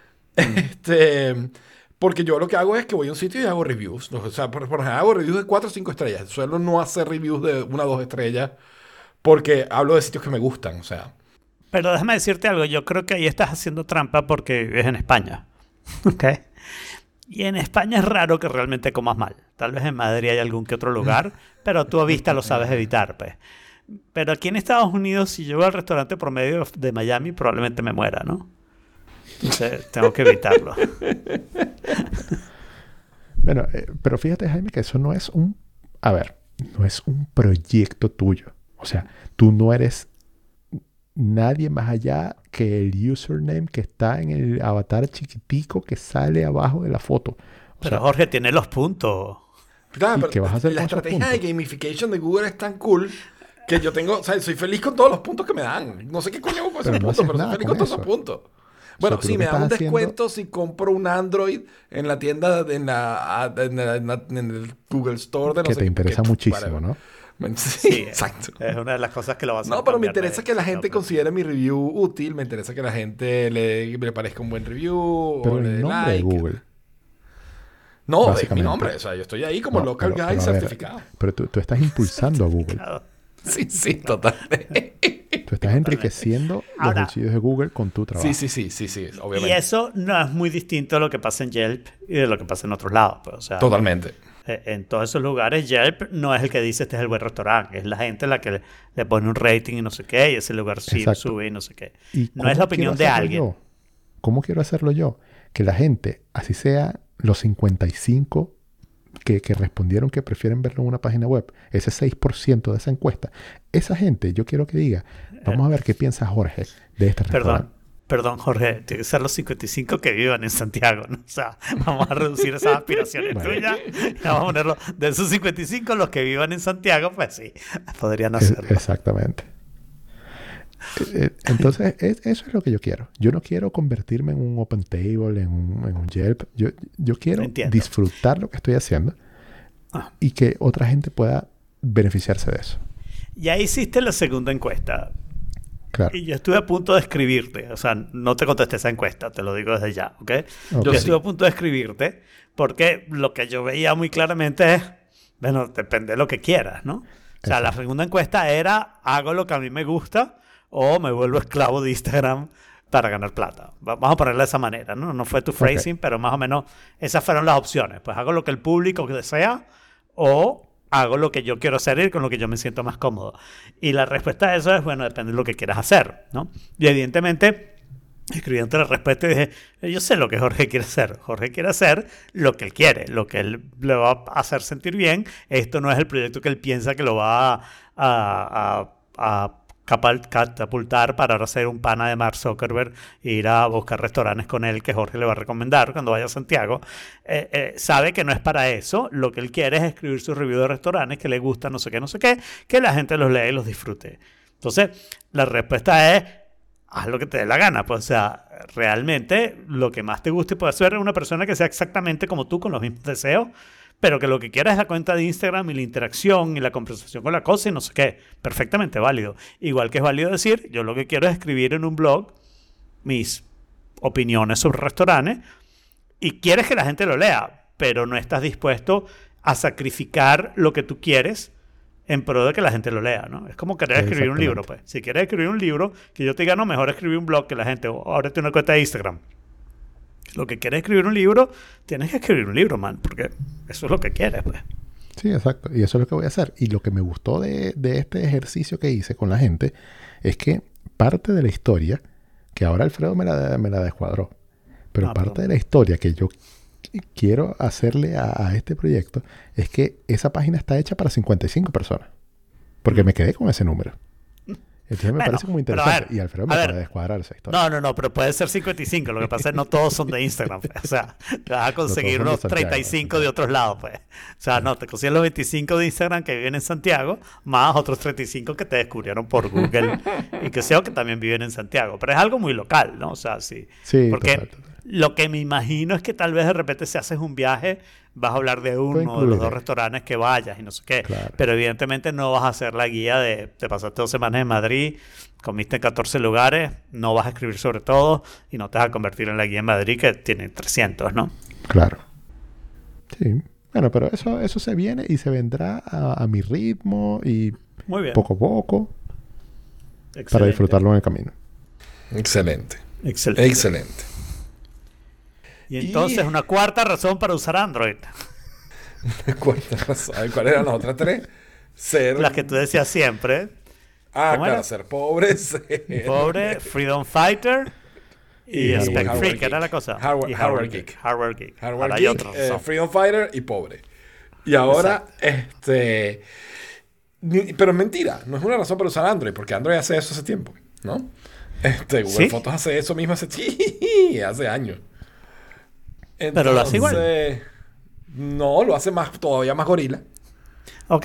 Porque yo lo que hago es que voy a un sitio y hago reviews. O sea, por ejemplo, hago reviews de 4 o 5 estrellas. Suelo no hacer reviews de 1 o 2 estrellas porque hablo de sitios que me gustan, o sea. Pero déjame decirte algo. Yo creo que ahí estás haciendo trampa porque es en España. ¿Ok? Y en España es raro que realmente comas mal. Tal vez en Madrid hay algún que otro lugar, pero tú a vista lo sabes evitar, pues. Pero aquí en Estados Unidos, si yo voy al restaurante promedio de Miami, probablemente me muera, ¿no? Entonces, tengo que evitarlo. Bueno, pero fíjate, Jaime, que eso no es un proyecto tuyo. O sea, tú no eres nadie más allá que el username que está en el avatar chiquitico que sale abajo de la foto. Pero Jorge, tiene los puntos. Claro, ¿qué vas a hacer la estrategia de gamification de Google es tan cool que yo tengo, o sea, soy feliz con todos los puntos que me dan. No sé qué coño hago con esos puntos, pero soy feliz con todos esos puntos. Bueno, sí, me dan un descuento si compro un Android en la tienda, en el Google Store de no que sé te interesa muchísimo, para, ¿no? Sí, exacto. Es una de las cosas que lo vas a No, pero me interesa que la gente considere mi review útil, me interesa que la gente le parezca un buen review. Pero o le el dé nombre like. de Google. No, es mi básicamente. nombre. O sea, yo estoy ahí como No, local guy a ver, certificado. pero tú estás impulsando a Google. Sí, sí, totalmente. Tú estás enriqueciendo los Ahora- bolsillos de Google con tu trabajo. Sí, Y obviamente. eso no es muy distinto de lo que pasa en Yelp y de lo que pasa en otros lados. Pues, o sea, Totalmente. en todos esos lugares, Yelp no es el que dice este es el buen restaurante, es la gente la que le pone un rating y no sé qué, y ese lugar sí Exacto. sube y no sé qué. ¿Y No es cómo la opinión de quiero hacerlo alguien. yo? ¿Cómo quiero hacerlo yo? Que la gente, así sea los 55 que respondieron que prefieren verlo en una página web, ese 6% de esa encuesta, esa gente yo quiero que diga, vamos a ver qué piensa Jorge de este restaurante. Perdón, Jorge, tiene que ser los 55 que vivan en Santiago, ¿no? O sea, vamos a reducir esas aspiraciones Bueno. tuyas y vamos a ponerlo de esos 55, los que vivan en Santiago, pues sí, podrían hacerlo. Exactamente. Entonces, eso es lo que yo quiero. Yo no quiero convertirme en un Open Table, en un Yelp. Yo quiero Entiendo. disfrutar lo que estoy haciendo y que otra gente pueda beneficiarse de eso. Ya hiciste la segunda encuesta. Claro. Y yo estuve a punto de escribirte, o sea, no te contesté esa encuesta, te lo digo desde ya, ¿ok? Ok. Yo sí. estuve a punto de escribirte porque lo que yo veía muy claramente es, bueno, depende de lo que quieras, ¿no? O sea, la Exacto. segunda encuesta era, hago lo que a mí me gusta o me vuelvo esclavo de Instagram para ganar plata. Vamos a ponerlo de esa manera, ¿no? No fue tu phrasing, pero más o menos esas fueron las opciones. Pues hago lo que el público desea o hago lo que yo quiero hacer y con lo que yo me siento más cómodo. Y la respuesta a eso es, bueno, depende de lo que quieras hacer, ¿no? Y evidentemente, escribiendo la respuesta, dije, yo sé lo que Jorge quiere hacer. Jorge quiere hacer lo que él quiere, lo que él le va a hacer sentir bien. Esto no es el proyecto que él piensa que lo va a catapultar para ahora ser un pana de Mark Zuckerberg e ir a buscar restaurantes con él que Jorge le va a recomendar cuando vaya a Santiago. Sabe que no es para eso. Lo que él quiere es escribir su review de restaurantes que le gusta, no sé qué, que la gente los lea y los disfrute. Entonces, la respuesta es, haz lo que te dé la gana. Pues, o sea, realmente lo que más te guste puede ser una persona que sea exactamente como tú, con los mismos deseos, pero que lo que quiera es la cuenta de Instagram y la interacción y la conversación con la cosa y no sé qué. Perfectamente válido. Igual que es válido decir, yo lo que quiero es escribir en un blog mis opiniones sobre restaurantes y quieres que la gente lo lea, pero no estás dispuesto a sacrificar lo que tú quieres en pro de que la gente lo lea, ¿no? Es como querer escribir un libro, pues. Si quieres escribir un libro, que yo te diga, no, mejor escribir un blog que la gente, o ábrete una cuenta de Instagram. Lo que quieres escribir un libro, tienes que escribir un libro, man, porque eso es lo que quieres, pues. Sí, exacto. Y eso es lo que voy a hacer. Y lo que me gustó de este ejercicio que hice con la gente es que parte de la historia, que ahora Alfredo me la descuadró, pero parte perdón. de la historia que yo quiero hacerle a este proyecto es que esa página está hecha para 55 personas. Porque me quedé con ese número. Entonces me Bueno, parece muy pero a interesante. ver, Y Alfredo me a ver. acaba de descuadrar esa historia. No, pero puede ser 55. Lo que pasa es que no todos son de Instagram. Pues. O sea, te vas a conseguir son de unos Santiago, 35 de otros lados. Pues. O sea, no, te consigues los 25 de Instagram que viven en Santiago, más otros 35 que te descubrieron por Google y que sea que también viven en Santiago. Pero es algo muy local, ¿no? O sea, sí. Sí, Porque total. lo que me imagino es que tal vez de repente si haces un viaje vas a hablar de uno de incluir, los dos restaurantes que vayas y no sé qué. Claro. Pero evidentemente no vas a hacer la guía de te pasaste 2 semanas en Madrid, comiste en 14 lugares, no vas a escribir sobre todo y no te vas a convertir en la guía en Madrid que tiene 300, ¿no? Claro. Sí. Bueno, pero eso se viene y se vendrá a mi ritmo y Muy bien. poco a poco para Excelente. disfrutarlo en el camino. Excelente. Excelente. Excelente. Y entonces una cuarta razón para usar Android. ¿Cuáles eran las otras tres? Ser... Las que tú decías siempre. Ah, ¿Cómo claro, era? ser pobre. Ser... Pobre, Freedom Fighter y Hardware Spec Geek. Freak, era la cosa. Hardware- Y Hardware Geek. Hardware Geek. Hardware Ahora hay Geek, otra razón. Freedom Fighter y pobre. Y ahora, pero es mentira, no es una razón para usar Android, porque Android hace eso hace tiempo, ¿no? Google ¿Sí? Fotos hace eso mismo hace años. Pero lo hace igual. Entonces, no, lo hace todavía más gorila. Ok.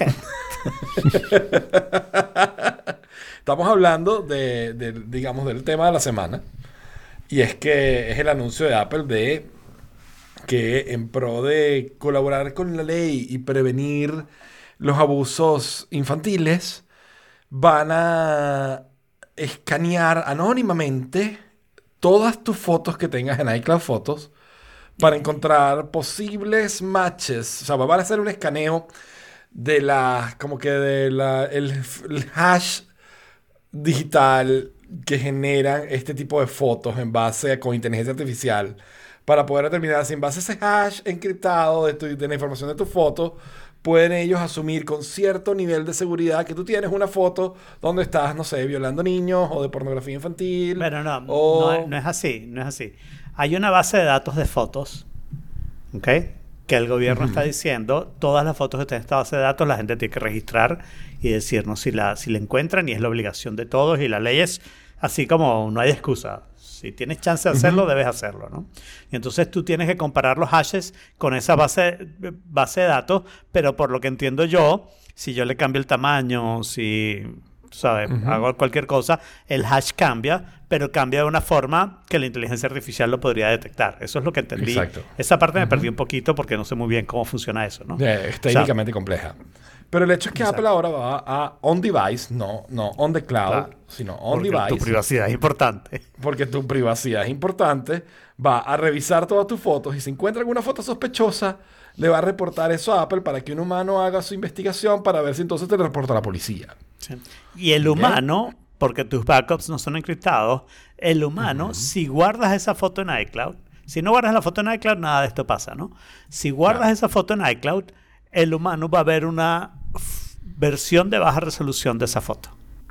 Estamos hablando digamos, del tema de la semana. Y es que es el anuncio de Apple de que en pro de colaborar con la ley y prevenir los abusos infantiles, van a escanear anónimamente todas tus fotos que tengas en iCloud Fotos para encontrar posibles matches. O sea, van a hacer un escaneo de el hash digital que generan este tipo de fotos con inteligencia artificial para poder determinar si en base a ese hash encriptado de la información de tu foto pueden ellos asumir con cierto nivel de seguridad que tú tienes una foto donde estás, no sé, violando niños o de pornografía infantil. Pero no es así, no es así. Hay una base de datos de fotos, ¿ok? Que el gobierno está diciendo, todas las fotos que están en esta base de datos la gente tiene que registrar y decirnos si la encuentran, y es la obligación de todos, y la ley es así como no hay excusa. Si tienes chance de hacerlo, debes hacerlo, ¿no? Y entonces tú tienes que comparar los hashes con esa base de datos, pero por lo que entiendo yo, si yo le cambio el tamaño, si, ¿sabes? Hago cualquier cosa, el hash cambia, pero cambia de una forma que la inteligencia artificial lo podría detectar. Eso es lo que entendí. Exacto. Esa parte me perdí un poquito porque no sé muy bien cómo funciona eso, ¿no? Es técnicamente compleja. Pero el hecho es que Apple ahora va a on-device, no on the cloud, sino on-device. Tu privacidad es importante. Porque tu privacidad es importante. Va a revisar todas tus fotos y si encuentra alguna foto sospechosa, le va a reportar eso a Apple para que un humano haga su investigación para ver si entonces te lo reporta a la policía. Sí. Y el humano, porque tus backups no son encriptados, el humano, si guardas esa foto en iCloud, si no guardas la foto en iCloud, nada de esto pasa, ¿no? Si guardas esa foto en iCloud, el humano va a ver una versión de baja resolución de esa foto.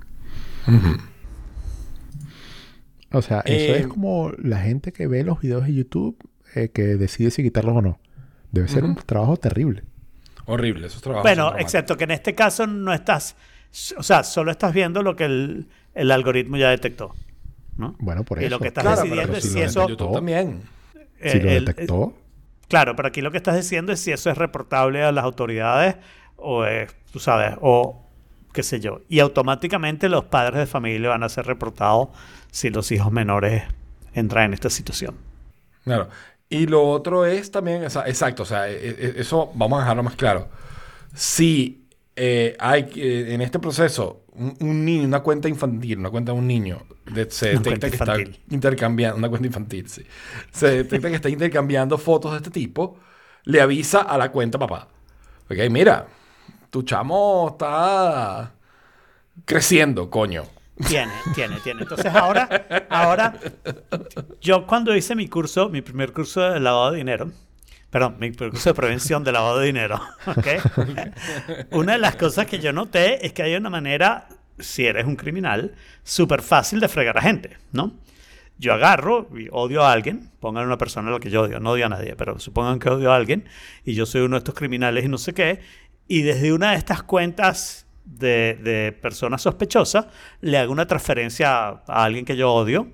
O sea, eso es como la gente que ve los videos de YouTube que decide si quitarlos o no. Debe ser un trabajo terrible. Horrible, esos trabajos. Bueno, excepto que en este caso no estás... O sea, solo estás viendo lo que el algoritmo ya detectó, ¿no? Bueno, por eso. Y lo que estás decidiendo es si eso... YouTube también. Si lo detectó... Claro, pero aquí lo que estás diciendo es si eso es reportable a las autoridades o es, tú sabes, o qué sé yo. Y automáticamente los padres de familia van a ser reportados si los hijos menores entran en esta situación. Claro. Y lo otro es también, exacto, o sea, eso vamos a dejarlo más claro. Si hay en este proceso un niño, una cuenta infantil, una cuenta de un niño, se detecta que está intercambiando, una cuenta infantil, sí. Se detecta que está intercambiando fotos de este tipo, le avisa a la cuenta papá. Ok, mira, tu chamo está creciendo, coño. Tiene. Entonces ahora, yo cuando hice mi primer curso de lavado de dinero, mi curso de prevención de lavado de dinero, ¿okay? Una de las cosas que yo noté es que hay una manera, si eres un criminal, súper fácil de fregar a gente, ¿no? Yo agarro y odio a alguien, pongan una persona a la que yo odio, no odio a nadie, pero supongan que odio a alguien y yo soy uno de estos criminales y no sé qué, y desde una de estas cuentas de personas sospechosas le hago una transferencia a alguien que yo odio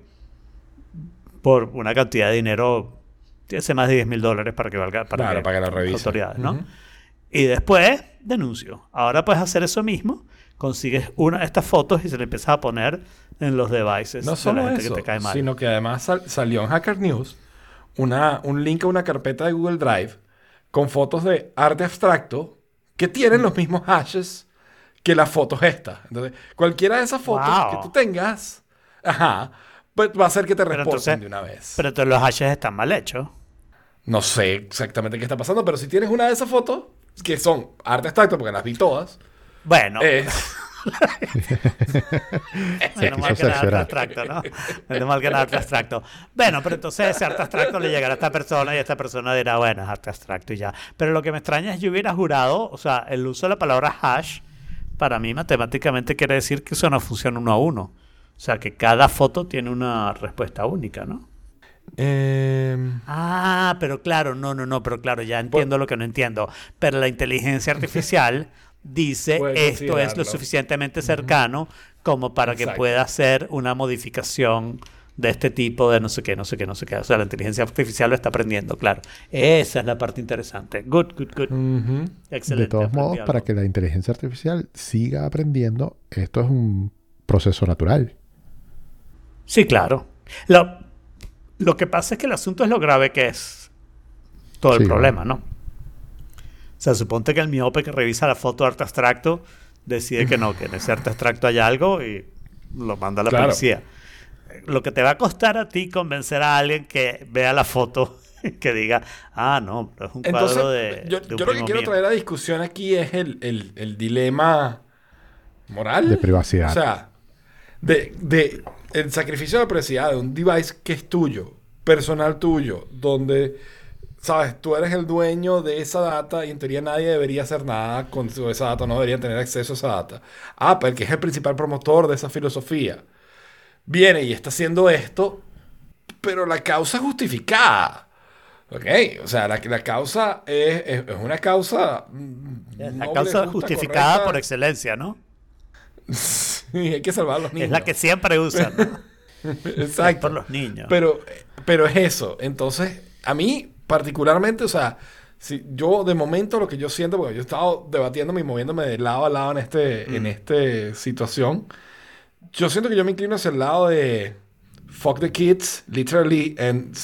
por una cantidad de dinero, tiene más de $10,000 para que valga para que la revise. Autoridades, ¿no? Y después denuncio. Ahora puedes hacer eso mismo, consigues una de estas fotos y se le empiezas a poner en los devices no solo de la gente eso, que te cae mal. Sino que además salió en Hacker News un link a una carpeta de Google Drive con fotos de arte abstracto que tienen los mismos hashes que las fotos estas. Entonces, cualquiera de esas fotos que tú tengas, pues va a hacer que te reporten de una vez. Pero todos los hashes están mal hechos. No sé exactamente qué está pasando, pero si tienes una de esas fotos, que son arte abstracto, porque las vi todas. Bueno. Menos mal que no es arte abstracto, ¿no? Menos mal que no es arte abstracto. Bueno, pero entonces ese arte abstracto le llegará a esta persona y esta persona dirá, bueno, es arte abstracto y ya. Pero lo que me extraña es que yo hubiera jurado, o sea, el uso de la palabra hash, para mí matemáticamente quiere decir que eso no funciona uno a uno. O sea, que cada foto tiene una respuesta única, ¿no? Pero claro, pero claro, ya entiendo lo que no entiendo. Pero la inteligencia artificial dice esto es lo suficientemente cercano como para que pueda hacer una modificación de este tipo de no sé qué. O sea, la inteligencia artificial lo está aprendiendo, claro. Esa es la parte interesante. Good. Excelente. De todos modos, para que la inteligencia artificial siga aprendiendo, esto es un proceso natural. Sí, claro. Lo que pasa es que el asunto es lo grave que es todo el problema, ¿no? O sea, suponte que el miope que revisa la foto de arte abstracto decide que no, que en ese arte abstracto hay algo y lo manda a la policía. Lo que te va a costar a ti convencer a alguien que vea la foto que diga, no, pero es un Entonces, cuadro de yo un lo que primo quiero mío. traer a discusión aquí es el dilema moral. De privacidad. O sea, de el sacrificio de la privacidad de un device que es tuyo, personal tuyo, donde, sabes, tú eres el dueño de esa data y en teoría nadie debería hacer nada con esa data, no debería tener acceso a esa data. Apple, que es el principal promotor de esa filosofía, viene y está haciendo esto, pero la causa es justificada. Ok, o sea, la causa es una causa La noble, causa justa, justificada correcta. por excelencia, ¿no? Sí, hay que salvar a los niños. Es la que siempre usan, ¿no? Exacto. Por los niños. Pero es eso. Entonces, a mí particularmente, o sea, si yo de momento lo que yo siento, porque yo he estado debatiéndome y moviéndome de lado a lado en esta situación, yo siento que yo me inclino hacia el lado de fuck the kids, literally, and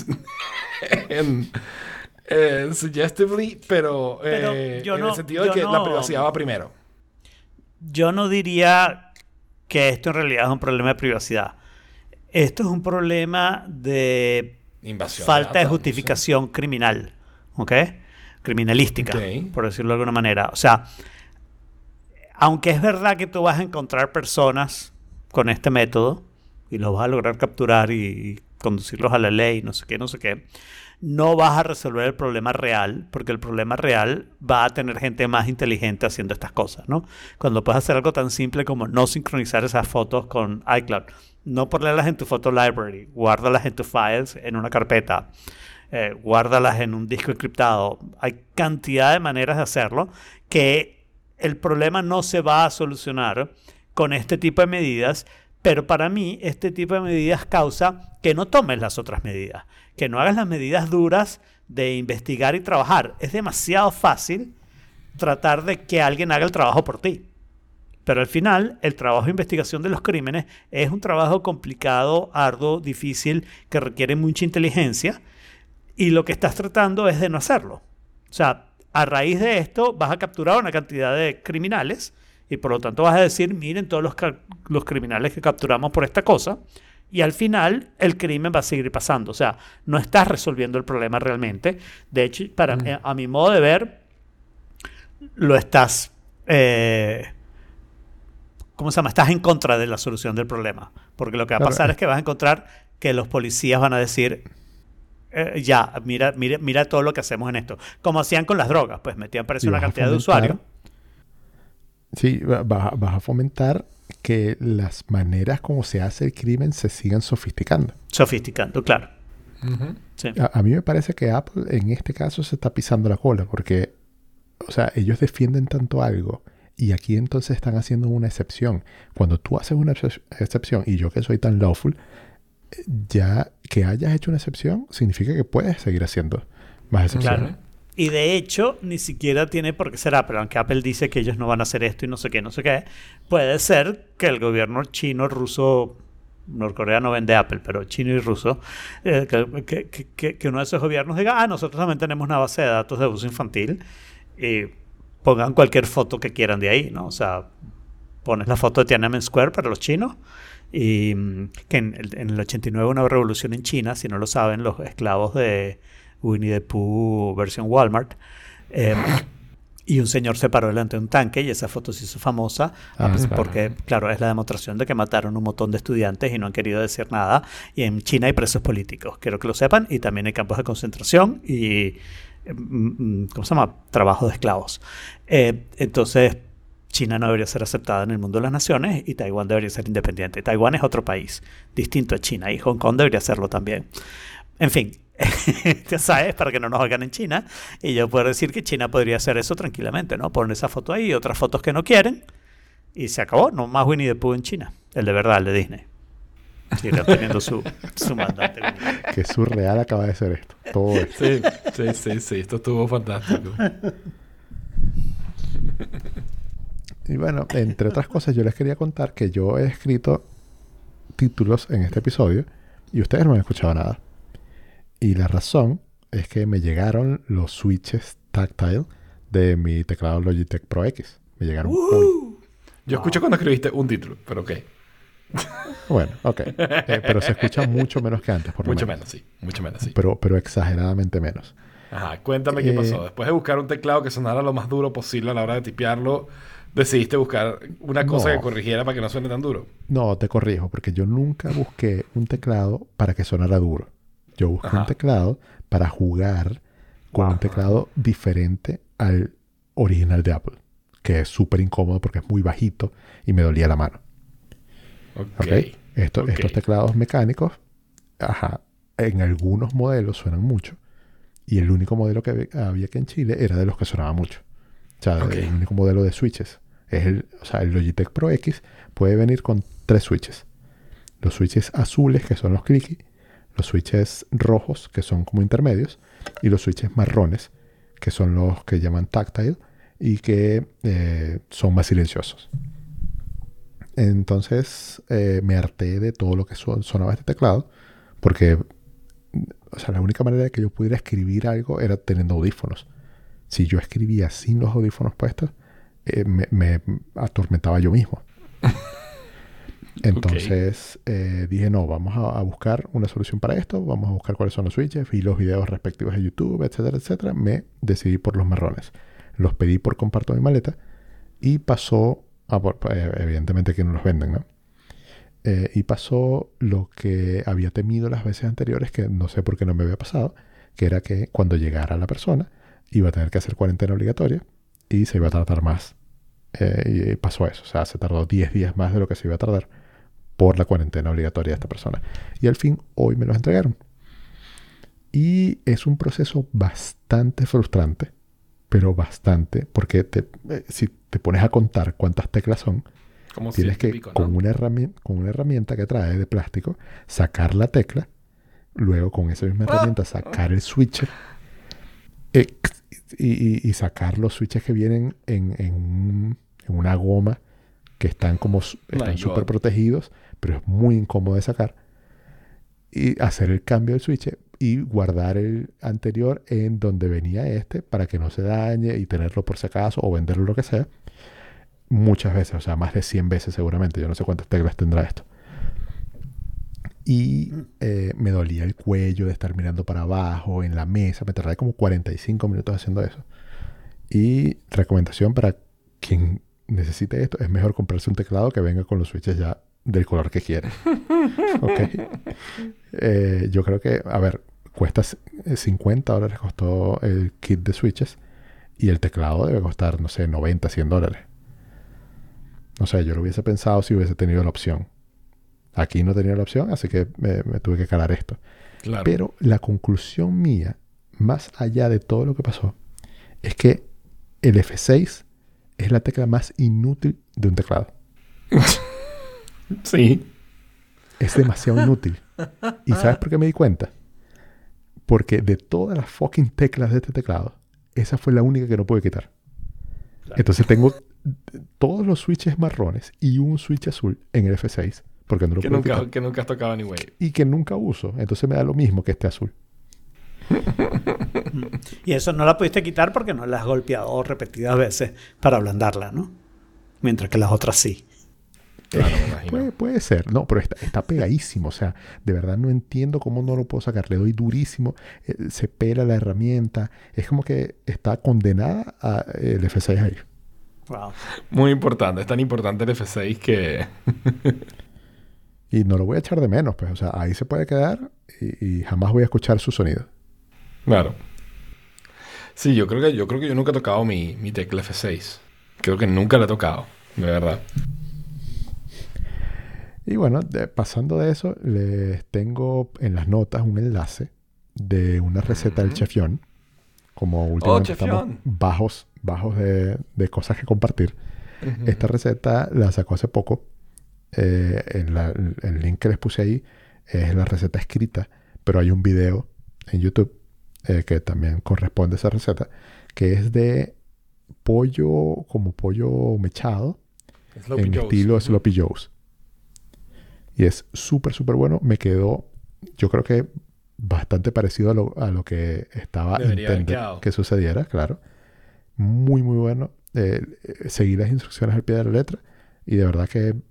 suggestively, pero yo en no- el sentido de yo que la no- privacidad va primero. Yo no diría que esto en realidad es un problema de privacidad. Esto es un problema de Invasión falta de data, justificación criminal, ¿ok? Criminalística, Ok. por decirlo de alguna manera. O sea, aunque es verdad que tú vas a encontrar personas con este método y los vas a lograr capturar y conducirlos a la ley, no sé qué, no vas a resolver el problema real, porque el problema real va a tener gente más inteligente haciendo estas cosas, ¿no? Cuando puedes hacer algo tan simple como no sincronizar esas fotos con iCloud, no ponerlas en tu photo library, guárdalas en tus files en una carpeta, guárdalas en un disco encriptado. Hay cantidad de maneras de hacerlo que el problema no se va a solucionar con este tipo de medidas, pero para mí este tipo de medidas causa que no tomes las otras medidas, que no hagas las medidas duras de investigar y trabajar. Es demasiado fácil tratar de que alguien haga el trabajo por ti. Pero al final, el trabajo de investigación de los crímenes es un trabajo complicado, arduo, difícil, que requiere mucha inteligencia, y lo que estás tratando es de no hacerlo. O sea, a raíz de esto vas a capturar una cantidad de criminales y por lo tanto vas a decir, miren todos los criminales que capturamos por esta cosa, y al final el crimen va a seguir pasando. O sea, no estás resolviendo el problema realmente. De hecho, a mi modo de ver, lo estás... ¿cómo se llama? Estás en contra de la solución del problema. Porque lo que va a pasar es que vas a encontrar que los policías van a decir, mira todo lo que hacemos en esto. Como hacían con las drogas, pues metían preso Y una vas a cantidad de fomentar- usuarios. Sí, vas a fomentar que las maneras como se hace el crimen se sigan sofisticando. Sofisticando, claro. Ujú. Sí. A mí me parece que Apple en este caso se está pisando la cola porque, o sea, ellos defienden tanto algo y aquí entonces están haciendo una excepción. Cuando tú haces una excepción y yo que soy tan lawful, ya que hayas hecho una excepción significa que puedes seguir haciendo más excepciones. Claro. Y de hecho, ni siquiera tiene por qué ser Apple, aunque Apple dice que ellos no van a hacer esto y no sé qué. Puede ser que el gobierno chino, ruso, norcoreano vende Apple, pero chino y ruso, que uno de esos gobiernos diga, nosotros también tenemos una base de datos de uso infantil y pongan cualquier foto que quieran de ahí, ¿no? O sea, pones la foto de Tiananmen Square para los chinos y que en el 89 hubo una revolución en China, si no lo saben, los esclavos de Winnie the Pooh versión Walmart, y un señor se paró delante de un tanque y esa foto se hizo famosa porque, claro, es la demostración de que mataron un montón de estudiantes y no han querido decir nada. Y en China hay presos políticos, quiero que lo sepan, y también hay campos de concentración y ¿cómo se llama? Trabajo de esclavos. Entonces China no debería ser aceptada en el mundo de las naciones y Taiwán debería ser independiente. Taiwán es otro país distinto a China y Hong Kong debería serlo también. En fin, ya sabes, para que no nos oigan en China, y yo puedo decir que China podría hacer eso tranquilamente, ¿no? Poner esa foto ahí y otras fotos que no quieren y se acabó. No más Winnie the Pooh en China, el de verdad, el de Disney. Sigue teniendo su mandante. Qué surreal acaba de ser esto. Todo esto. Sí. Esto estuvo fantástico. Y bueno, entre otras cosas, yo les quería contar que yo he escrito títulos en este episodio y ustedes no han escuchado nada. Y la razón es que me llegaron los switches táctile de mi teclado Logitech Pro X. Me llegaron hoy. Yo escuché cuando escribiste un título, pero ok. Bueno, ok. Pero se escucha mucho menos que antes, por lo Mucho menos. menos, sí. Mucho menos, sí. Pero exageradamente menos. Ajá, cuéntame qué pasó. Después de buscar un teclado que sonara lo más duro posible a la hora de tipearlo, decidiste buscar una cosa que No, corrigiera para que no suene tan duro. no, te corrijo, porque yo nunca busqué un teclado para que sonara duro. Yo busqué un Ajá. teclado para jugar con Wow. un teclado diferente al original de Apple, que es súper incómodo porque es muy bajito y me dolía la mano. Ok. ¿Ok? Estos Ok. teclados mecánicos, ajá, en algunos modelos suenan mucho. Y el único modelo que había que en Chile era de los que sonaba mucho. O sea, Ok. el único modelo de switches. O sea, el Logitech Pro X puede venir con 3 switches. Los switches azules, que son los clicky. Los switches rojos, que son como intermedios. Y los switches marrones, que son los que llaman tactile y que son más silenciosos. Entonces me harté de todo lo que sonaba este teclado. Porque, o sea, la única manera de que yo pudiera escribir algo era teniendo audífonos. Si yo escribía sin los audífonos puestos, me atormentaba yo mismo. Entonces dije, no, vamos a buscar una solución para esto, vamos a buscar cuáles son los switches, vi los videos respectivos de YouTube, etcétera, etcétera. Me decidí por los marrones. Los pedí por comparto mi maleta y pasó, evidentemente que no los venden, ¿no? Y pasó lo que había temido las veces anteriores, que no sé por qué no me había pasado, que era que cuando llegara la persona iba a tener que hacer cuarentena obligatoria y se iba a tardar más. Y pasó eso, o sea, se tardó 10 días más de lo que se iba a tardar por la cuarentena obligatoria de esta persona. Y al fin, hoy me los entregaron. Y es un proceso bastante frustrante, pero bastante, porque si te pones a contar cuántas teclas son, Como tienes ciento y que, pico, con ¿no? una herramienta que trae de plástico, sacar la tecla, luego con esa misma herramienta sacar el switcher eh, y sacar los switches que vienen en una goma que están están My súper God. protegidos, pero es muy incómodo de sacar. Y hacer el cambio del switch y guardar el anterior en donde venía este para que no se dañe y tenerlo por si acaso o venderlo lo que sea. Muchas veces, o sea, más de 100 veces seguramente. Yo no sé cuántas teclas tendrá esto. Y me dolía el cuello de estar mirando para abajo, en la mesa. Me tardé como 45 minutos haciendo eso. Y recomendación para quien necesite esto, es mejor comprarse un teclado que venga con los switches ya del color que quiere. ¿Ok? Yo creo que, a ver, cuesta $50 costó el kit de switches y el teclado debe costar, no sé, $90, $100. No sé, yo lo hubiese pensado si hubiese tenido la opción. Aquí no tenía la opción, así que me tuve que calar esto. Claro. Pero la conclusión mía, más allá de todo lo que pasó, es que el F6 es la tecla más inútil de un teclado. Sí. Es demasiado inútil. ¿Y sabes por qué me di cuenta? Porque de todas las fucking teclas de este teclado, esa fue la única que no pude quitar. Entonces tengo todos los switches marrones y un switch azul en el F6, porque no lo puedo quitar. Que nunca has tocado anyway. Y que nunca uso. Entonces me da lo mismo que este azul. Y eso no la pudiste quitar porque no la has golpeado repetidas veces para ablandarla, ¿no? Mientras que las otras sí. Claro, me imagino. Puede ser. No, pero está pegadísimo. O sea, de verdad no entiendo cómo no lo puedo sacar. Le doy durísimo. Se pela la herramienta. Es como que está condenada a el F6 ahí. Wow. Muy importante. Es tan importante el F6 que... Y no lo voy a echar de menos, pues. O sea, ahí se puede quedar y jamás voy a escuchar su sonido. Claro. Sí, yo creo que yo nunca he tocado mi tecla F6. Creo que nunca la he tocado, de verdad. Y bueno, pasando de eso, les tengo en las notas un enlace de una receta del Chef John. Como últimamente Chef estamos John. bajos de cosas que compartir. Esta receta la sacó hace poco. El link que les puse ahí es la receta escrita, pero hay un video en YouTube que también corresponde a esa receta, que es de pollo, como pollo mechado, Sloppy en Joes. estilo Sloppy Joes. Y es súper, súper bueno. Me quedó, yo creo que bastante parecido a lo que estaba Debería haber intended quedado. que sucediera, claro. Muy, muy bueno. Seguí las instrucciones al pie de la letra y de verdad que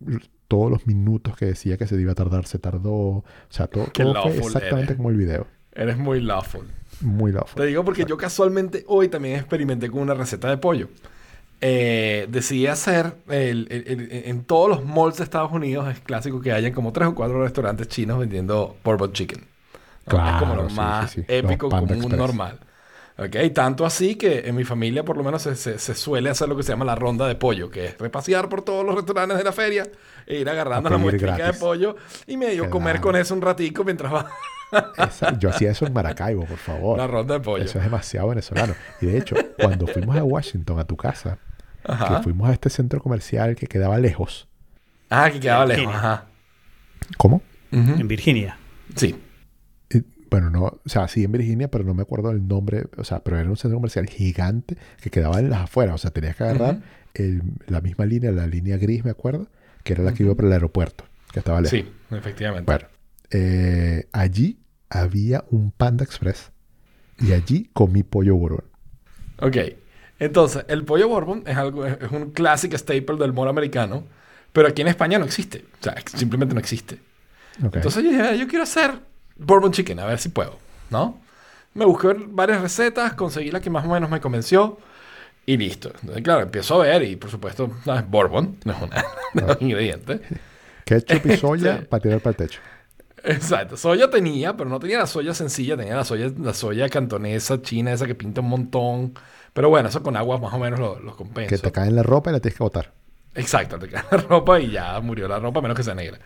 todos los minutos que decía que se iba a tardar, se tardó. O sea, todo fue lawful exactamente eres. como el video. Eres muy lawful. Muy lawful. Te digo porque yo casualmente hoy también experimenté con una receta de pollo. Decidí hacer en todos los malls de Estados Unidos es clásico que hayan como 3 o 4 restaurantes chinos vendiendo bourbon chicken, ¿no? Claro, Es como lo sí, más sí, sí. épico, Los Panda común, Express. normal. ¿Ok? Tanto así que en mi familia por lo menos se suele hacer lo que se llama la ronda de pollo, que es repasear por todos los restaurantes de la feria e ir agarrando A la pedir muestra de gratis. pollo y medio Qué comer raro. con eso un ratico mientras va Yo hacía eso en Maracaibo, por favor. la ronda de pollo. Eso es demasiado venezolano. Y de hecho, cuando fuimos a Washington, a tu casa, Ajá. que fuimos a este centro comercial que quedaba lejos. Ah, que quedaba lejos. Virginia. Ajá. ¿Cómo? Ujú. En Virginia. Sí. Bueno, no, o sea, sí en Virginia, pero no me acuerdo el nombre. O sea, pero era un centro comercial gigante que quedaba en las afueras. O sea, tenías que agarrar Ujú. la misma línea, la línea gris, me acuerdo, que era la que iba para el aeropuerto, que estaba lejos. Sí, efectivamente. Bueno, allí había un Panda Express y allí comí pollo bourbon. Ok. Entonces, el pollo bourbon es un clásico staple del mall americano, pero aquí en España no existe. O sea, simplemente no existe. Ok. Entonces yo dije, yo quiero hacer bourbon chicken, a ver si puedo, ¿no? Me busqué varias recetas, conseguí la que más o menos me convenció y listo. Entonces, claro, empiezo a ver y, por supuesto, no es bourbon, no es no es un ingrediente. Ketchup y soya para tirar para el techo. Exacto. Soya tenía, pero no tenía la soya sencilla, tenía la soya cantonesa, china, esa que pinta un montón. Pero bueno, eso con agua más o menos lo compensa. Que te cae en la ropa y la tienes que botar. Exacto, te cae la ropa y ya murió la ropa, a menos que sea negra.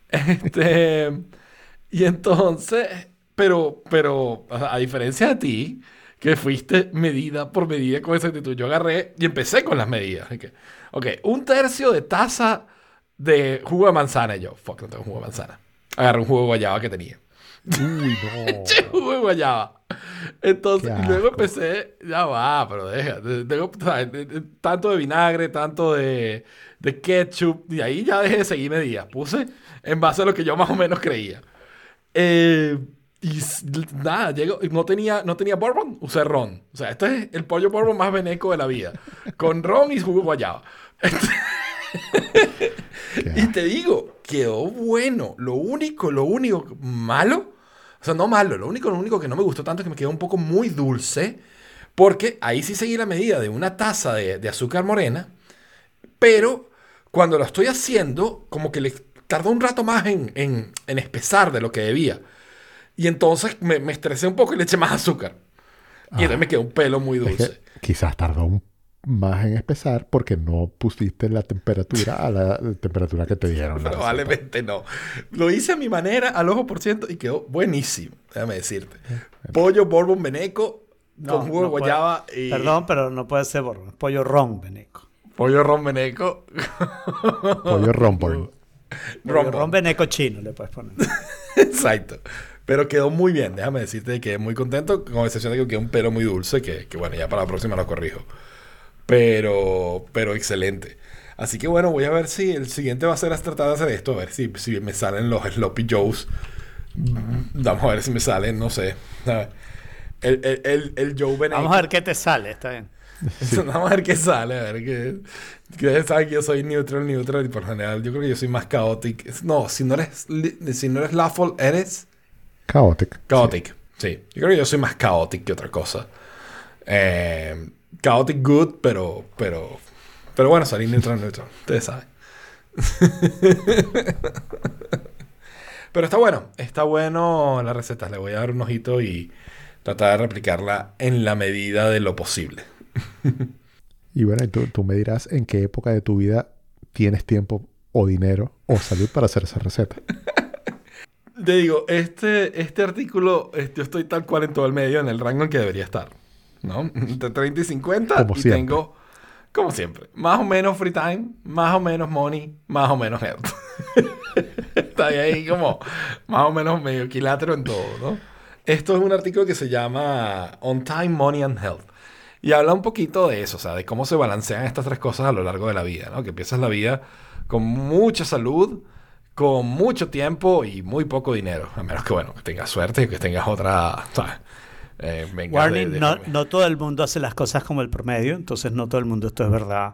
Y entonces, pero, o sea, a diferencia de ti, que fuiste medida por medida con exactitud, yo agarré y empecé con las medidas. Ok, 1/3 de taza de jugo de manzana. Y yo, fuck, no tengo jugo de manzana. Agarré un jugo de guayaba que tenía. Uy, no. Che, jugo de guayaba. Entonces, Qué y luego asco. empecé, ya va, pero deja. Tengo, ¿sabes? Tanto de vinagre, tanto de ketchup, y ahí ya dejé de seguir medidas. Puse en base a lo que yo más o menos creía. Nada, llegó, no tenía bourbon, usé ron. O sea, este es el pollo bourbon más veneco de la vida. Con ron y jugo de guayaba. Qué Y te digo, quedó bueno. Lo único malo, o sea, no malo, lo único que no me gustó tanto es que me quedó un poco muy dulce, porque ahí sí seguí la medida de una taza de azúcar morena, pero cuando lo estoy haciendo, como que le tardó un rato más en espesar de lo que debía. Y entonces me estresé un poco y le eché más azúcar. Y entonces me quedó un pelo muy Es dulce. que quizás tardó más en espesar porque no pusiste la temperatura a la temperatura que te dieron. la Probablemente no. Lo hice a mi manera, al ojo por ciento, y quedó buenísimo. Déjame decirte. Pollo bourbon veneco con jugo de puede- guayaba y Perdón, pero no puede ser bourbon. Es pollo ron, veneco. pollo ron veneco. receta. Pollo romborn. Pollo ron veneco chino le puedes poner. Exacto. Pero quedó muy bien. Déjame decirte que quedé muy contento, con excepción de que quedó un pelo muy dulce, que bueno, ya para la próxima lo corrijo. Pero excelente. Así que bueno, voy a ver si el siguiente va a ser tratar de hacer esto, a ver si me salen los Sloppy Joes. Vamos a ver si me salen, no sé. A ver. El Joe Veneco. Vamos a ver qué te sale, está bien. Vamos a ver qué sale, a ver qué. Ustedes saben que yo soy neutral, y por general yo creo que yo soy más chaotic. No, si no eres lawful, eres Chaotic. chaotic. Sí. Yo creo que yo soy más chaotic que otra cosa. Chaotic good, pero bueno, salí neutral. Ustedes saben. Pero está bueno la receta. Le voy a dar un ojito y tratar de replicarla en la medida de lo posible. Y bueno, y tú me dirás en qué época de tu vida tienes tiempo o dinero o salud para hacer esa receta. Te digo, este artículo, yo estoy tal cual en todo el medio, en el rango en que debería estar, ¿no? Entre 30 y 50 Como y siempre. tengo, como siempre, más o menos free time, más o menos money, más o menos health. Está ahí como más o menos medio equilátero en todo, ¿no? Esto es un artículo que se llama On Time, Money and Health. Y habla un poquito de eso, o sea, de cómo se balancean estas tres cosas a lo largo de la vida, ¿no? Que empiezas la vida con mucha salud, con mucho tiempo y muy poco dinero. A menos que, bueno, que tengas suerte y que tengas otra, ¿sabes? Vengas Warning, no todo el mundo hace las cosas como el promedio, entonces no todo el mundo esto es verdad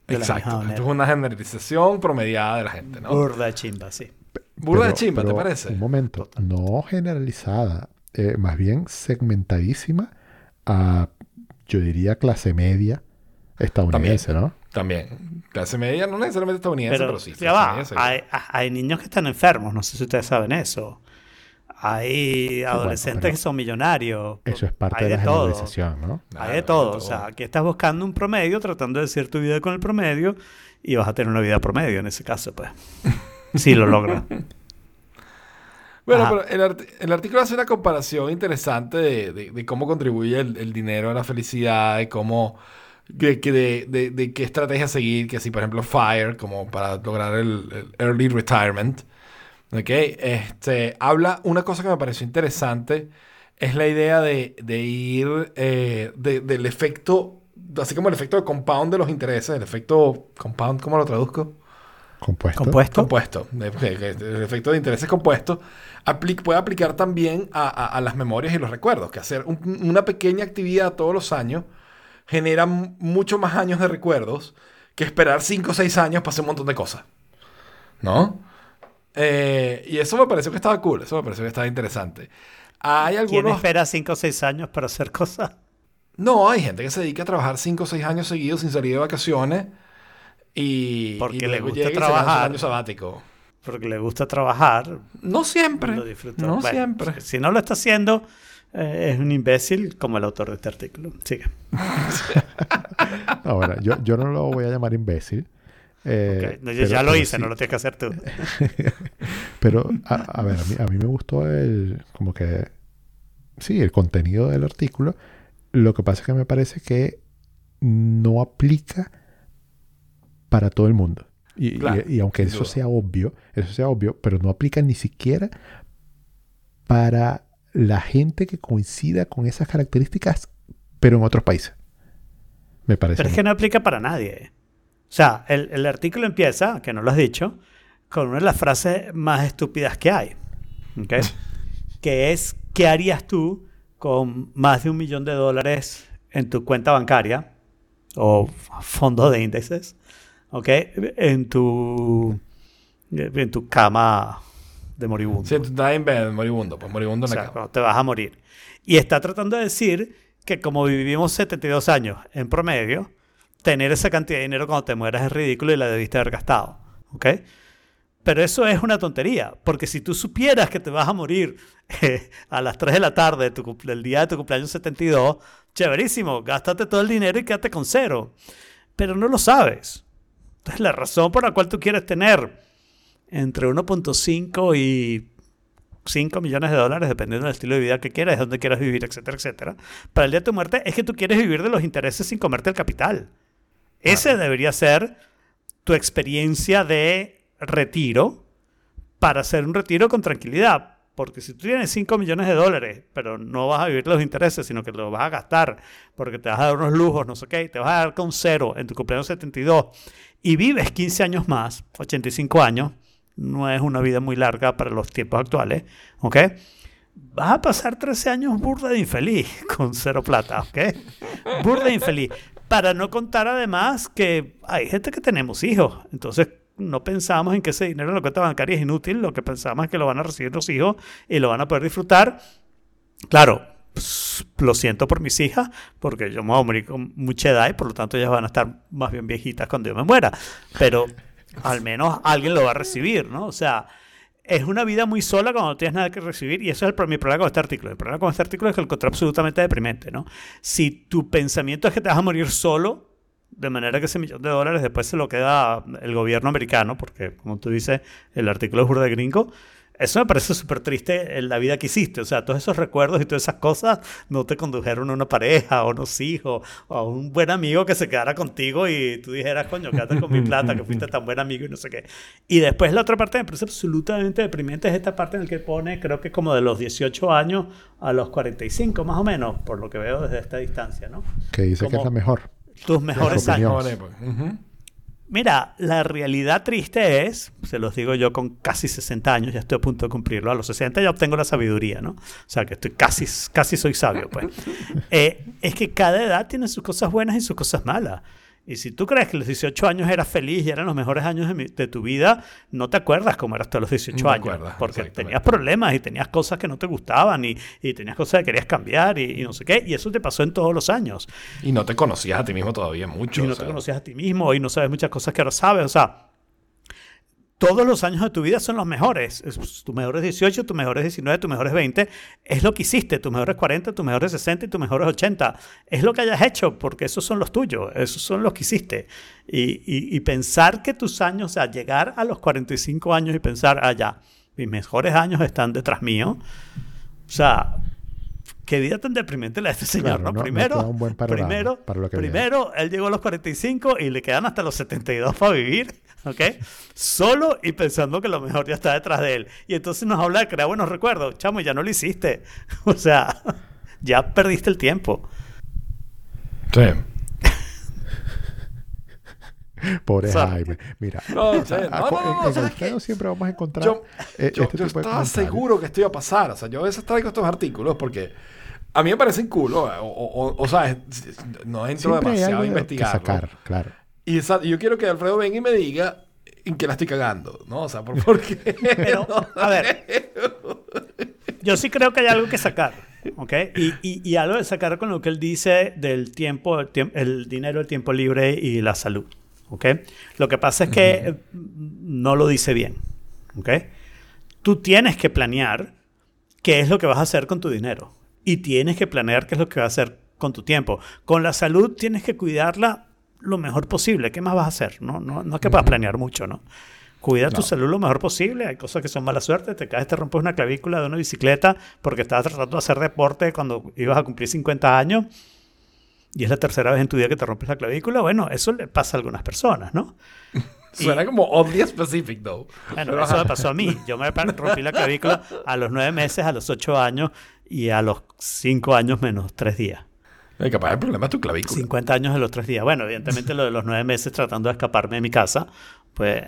de la misma Exacto. manera. Esto es una generalización promediada de la gente, ¿no? Burda de chimba, sí. Burda de chimba, ¿te parece? Un momento, no generalizada, más bien segmentadísima a, yo diría, clase media estadounidense, ¿no? También. Clase media, no necesariamente estadounidense, pero sí. ya clase va, media, sí. hay niños que están enfermos, no sé si ustedes saben eso. Hay adolescentes pero que son millonarios. Eso es parte Hay de la todo. generalización, ¿no? Claro, Hay de todo. todo. O sea, aquí estás buscando un promedio, tratando de decir tu vida con el promedio, y vas a tener una vida promedio en ese caso, pues. Si lo logras. Bueno, Ajá. pero el artículo hace una comparación interesante de cómo contribuye el dinero a la felicidad, de cómo, de qué estrategia seguir, que si por ejemplo FIRE, como para lograr el early retirement, ¿ok? Habla, una cosa que me pareció interesante, es la idea de ir, del efecto, así como el efecto de compound de los intereses, el efecto compound, ¿cómo lo traduzco? Compuesto. Compuesto. El efecto de intereses compuestos puede aplicar también a las memorias y los recuerdos. Que hacer una pequeña actividad todos los años genera mucho más años de recuerdos que esperar 5 o 6 años para hacer un montón de cosas. ¿No? Y eso me pareció que estaba cool. Eso me pareció que estaba interesante. Hay ¿Quién algunos... espera 5 o 6 años para hacer cosas? No, hay gente que se dedica a trabajar 5 o 6 años seguidos sin salir de vacaciones. Y Porque le luego gusta llega y se lanza trabajar. un año sabático. Porque le gusta trabajar. No siempre. Lo disfruta. No Bueno, siempre. Si no lo está haciendo, es un imbécil como el autor de este artículo. Sigue. Ahora, yo no lo voy a llamar imbécil. Ok. No, yo pero- ya lo pero hice, sí. no lo tienes que hacer tú. Pero, a ver, a mí me gustó como que, sí, el contenido del artículo. Lo que pasa es que me parece que no aplica para todo el mundo. Claro, Y aunque sin eso duda. sea obvio, pero no aplica ni siquiera para la gente que coincida con esas características, pero en otros países. Me parece. Pero es a mí. que no aplica para nadie. O sea, el artículo empieza, que no lo has dicho, con una de las frases más estúpidas que hay. ¿Ok? Que es, ¿qué harías tú con más de $1 millón en tu cuenta bancaria o fondo de índices? ¿Ok? En tu cama de moribundo. Si tú estás en bed, moribundo, pues moribundo O en la sea, cama. cuando te vas a morir. Y está tratando de decir que como vivimos 72 años en promedio, tener esa cantidad de dinero cuando te mueras es ridículo y la debiste haber gastado. ¿Ok? Pero eso es una tontería, porque si tú supieras que te vas a morir a las 3 de la tarde del día de tu cumpleaños 72, chéverísimo, gástate todo el dinero y quédate con cero. Pero no lo sabes. Entonces la razón por la cual tú quieres tener entre 1.5 y 5 millones de dólares, dependiendo del estilo de vida que quieras, de dónde quieras vivir, etcétera, etcétera, para el día de tu muerte es que tú quieres vivir de los intereses sin comerte el capital. Ese debería ser tu experiencia de retiro para hacer un retiro con tranquilidad. Porque si tú tienes 5 millones de dólares, pero no vas a vivir de los intereses, sino que los vas a gastar porque te vas a dar unos lujos, no sé qué, te vas a dar con cero en tu cumpleaños 72 y vives 15 años más, 85 años, no es una vida muy larga para los tiempos actuales, ¿ok? Vas a pasar 13 años burda de infeliz con cero plata, ¿ok? Burda de infeliz. Para no contar además que hay gente que tenemos hijos, entonces no pensamos en que ese dinero en la cuenta bancaria es inútil, lo que pensamos es que lo van a recibir los hijos y lo van a poder disfrutar. Claro, pues, lo siento por mis hijas, porque yo me voy a morir con mucha edad y por lo tanto ellas van a estar más bien viejitas cuando yo me muera, pero al menos alguien lo va a recibir, ¿no? O sea, es una vida muy sola cuando no tienes nada que recibir y eso es mi problema con este artículo. El problema con este artículo es que lo encontré absolutamente deprimente, ¿no? Si tu pensamiento es que te vas a morir solo, de manera que ese $1 millón después se lo queda el gobierno americano, porque como tú dices, el artículo es burda de gringo, eso me parece súper triste en la vida que hiciste. O sea, todos esos recuerdos y todas esas cosas no te condujeron a una pareja o unos hijos o a un buen amigo que se quedara contigo y tú dijeras, coño, quédate con mi plata, que fuiste tan buen amigo y no sé qué. Y después la otra parte me parece absolutamente deprimente, es esta parte en la que pone, creo que como de los 18 años a los 45 más o menos, por lo que veo desde esta distancia, ¿no? Que dice que es Como la mejor. tus mejores opinión. años. Ujú. Mira, la realidad triste es, se los digo yo con casi 60 años, ya estoy a punto de cumplirlo, a los 60 ya obtengo la sabiduría, ¿no? O sea, que estoy casi soy sabio, pues. Es que cada edad tiene sus cosas buenas y sus cosas malas. Y si tú crees que los 18 años eras feliz y eran los mejores años de tu vida, no te acuerdas cómo eras hasta los 18 No te años. acuerdas, Porque exactamente. tenías problemas y tenías cosas que no te gustaban y tenías cosas que querías cambiar y no sé qué. Y eso te pasó en todos los años. Y no te conocías a ti mismo todavía mucho. Y o no sea. te conocías a ti mismo y no sabes muchas cosas que ahora sabes. O sea, todos los años de tu vida son los mejores. Tus mejores 18, tus mejores 19, tus mejores 20. Es lo que hiciste. Tus mejores 40, tus mejores 60 y tus mejores 80. Es lo que hayas hecho porque esos son los tuyos. Esos son los que hiciste. Y pensar que tus años, o sea, llegar a los 45 años y pensar, ya, mis mejores años están detrás mío. O sea, qué vida tan deprimente la de este señor, Claro, ¿no? no te da un buen panorama para lo que Primero, él llegó a los 45 y le quedan hasta los 72 para vivir, ¿ok? Solo y pensando que lo mejor ya está detrás de él. Y entonces nos habla de crear buenos recuerdos. Chamo, ya no lo hiciste. O sea, ya perdiste el tiempo. Sí. Pobre O sea, Jaime. Mira, No, sí, en el ¿sabes feo qué? siempre vamos a encontrar Yo este tipo de estaba comentarios. seguro que esto iba a pasar. O sea, yo a veces traigo estos artículos porque a mí me parecen cool. O sea, no entro Siempre hay demasiado algo a que investigar. sacar, claro. Y yo quiero que Alfredo venga y me diga en qué la estoy cagando, ¿no? O sea, ¿por qué? Pero, a ver, yo sí creo que hay algo que sacar, ¿ok? Y algo de sacar con lo que él dice del tiempo, el dinero, el tiempo libre y la salud, ¿ok? Lo que pasa es que no lo dice bien, ¿ok? Tú tienes que planear qué es lo que vas a hacer con tu dinero y tienes que planear qué es lo que vas a hacer con tu tiempo. Con la salud tienes que cuidarla lo mejor posible. ¿Qué más vas a hacer? No es que puedas planear mucho, ¿no? Cuida tu salud lo mejor posible. Hay cosas que son mala suerte. Te caes, te rompes una clavícula de una bicicleta porque estabas tratando de hacer deporte cuando ibas a cumplir 50 años y es la tercera vez en tu vida que te rompes la clavícula. Bueno, eso le pasa a algunas personas, ¿no? Suena como oddly specific, though. Bueno, Pero, eso ajá. me pasó a mí. Yo me rompí la clavícula a los 9 meses, a los 8 años y a los 5 años menos 3 días. Capaz el problema es tu clavícula. 50 años de los 3 días. Bueno, evidentemente lo de los 9 meses tratando de escaparme de mi casa, pues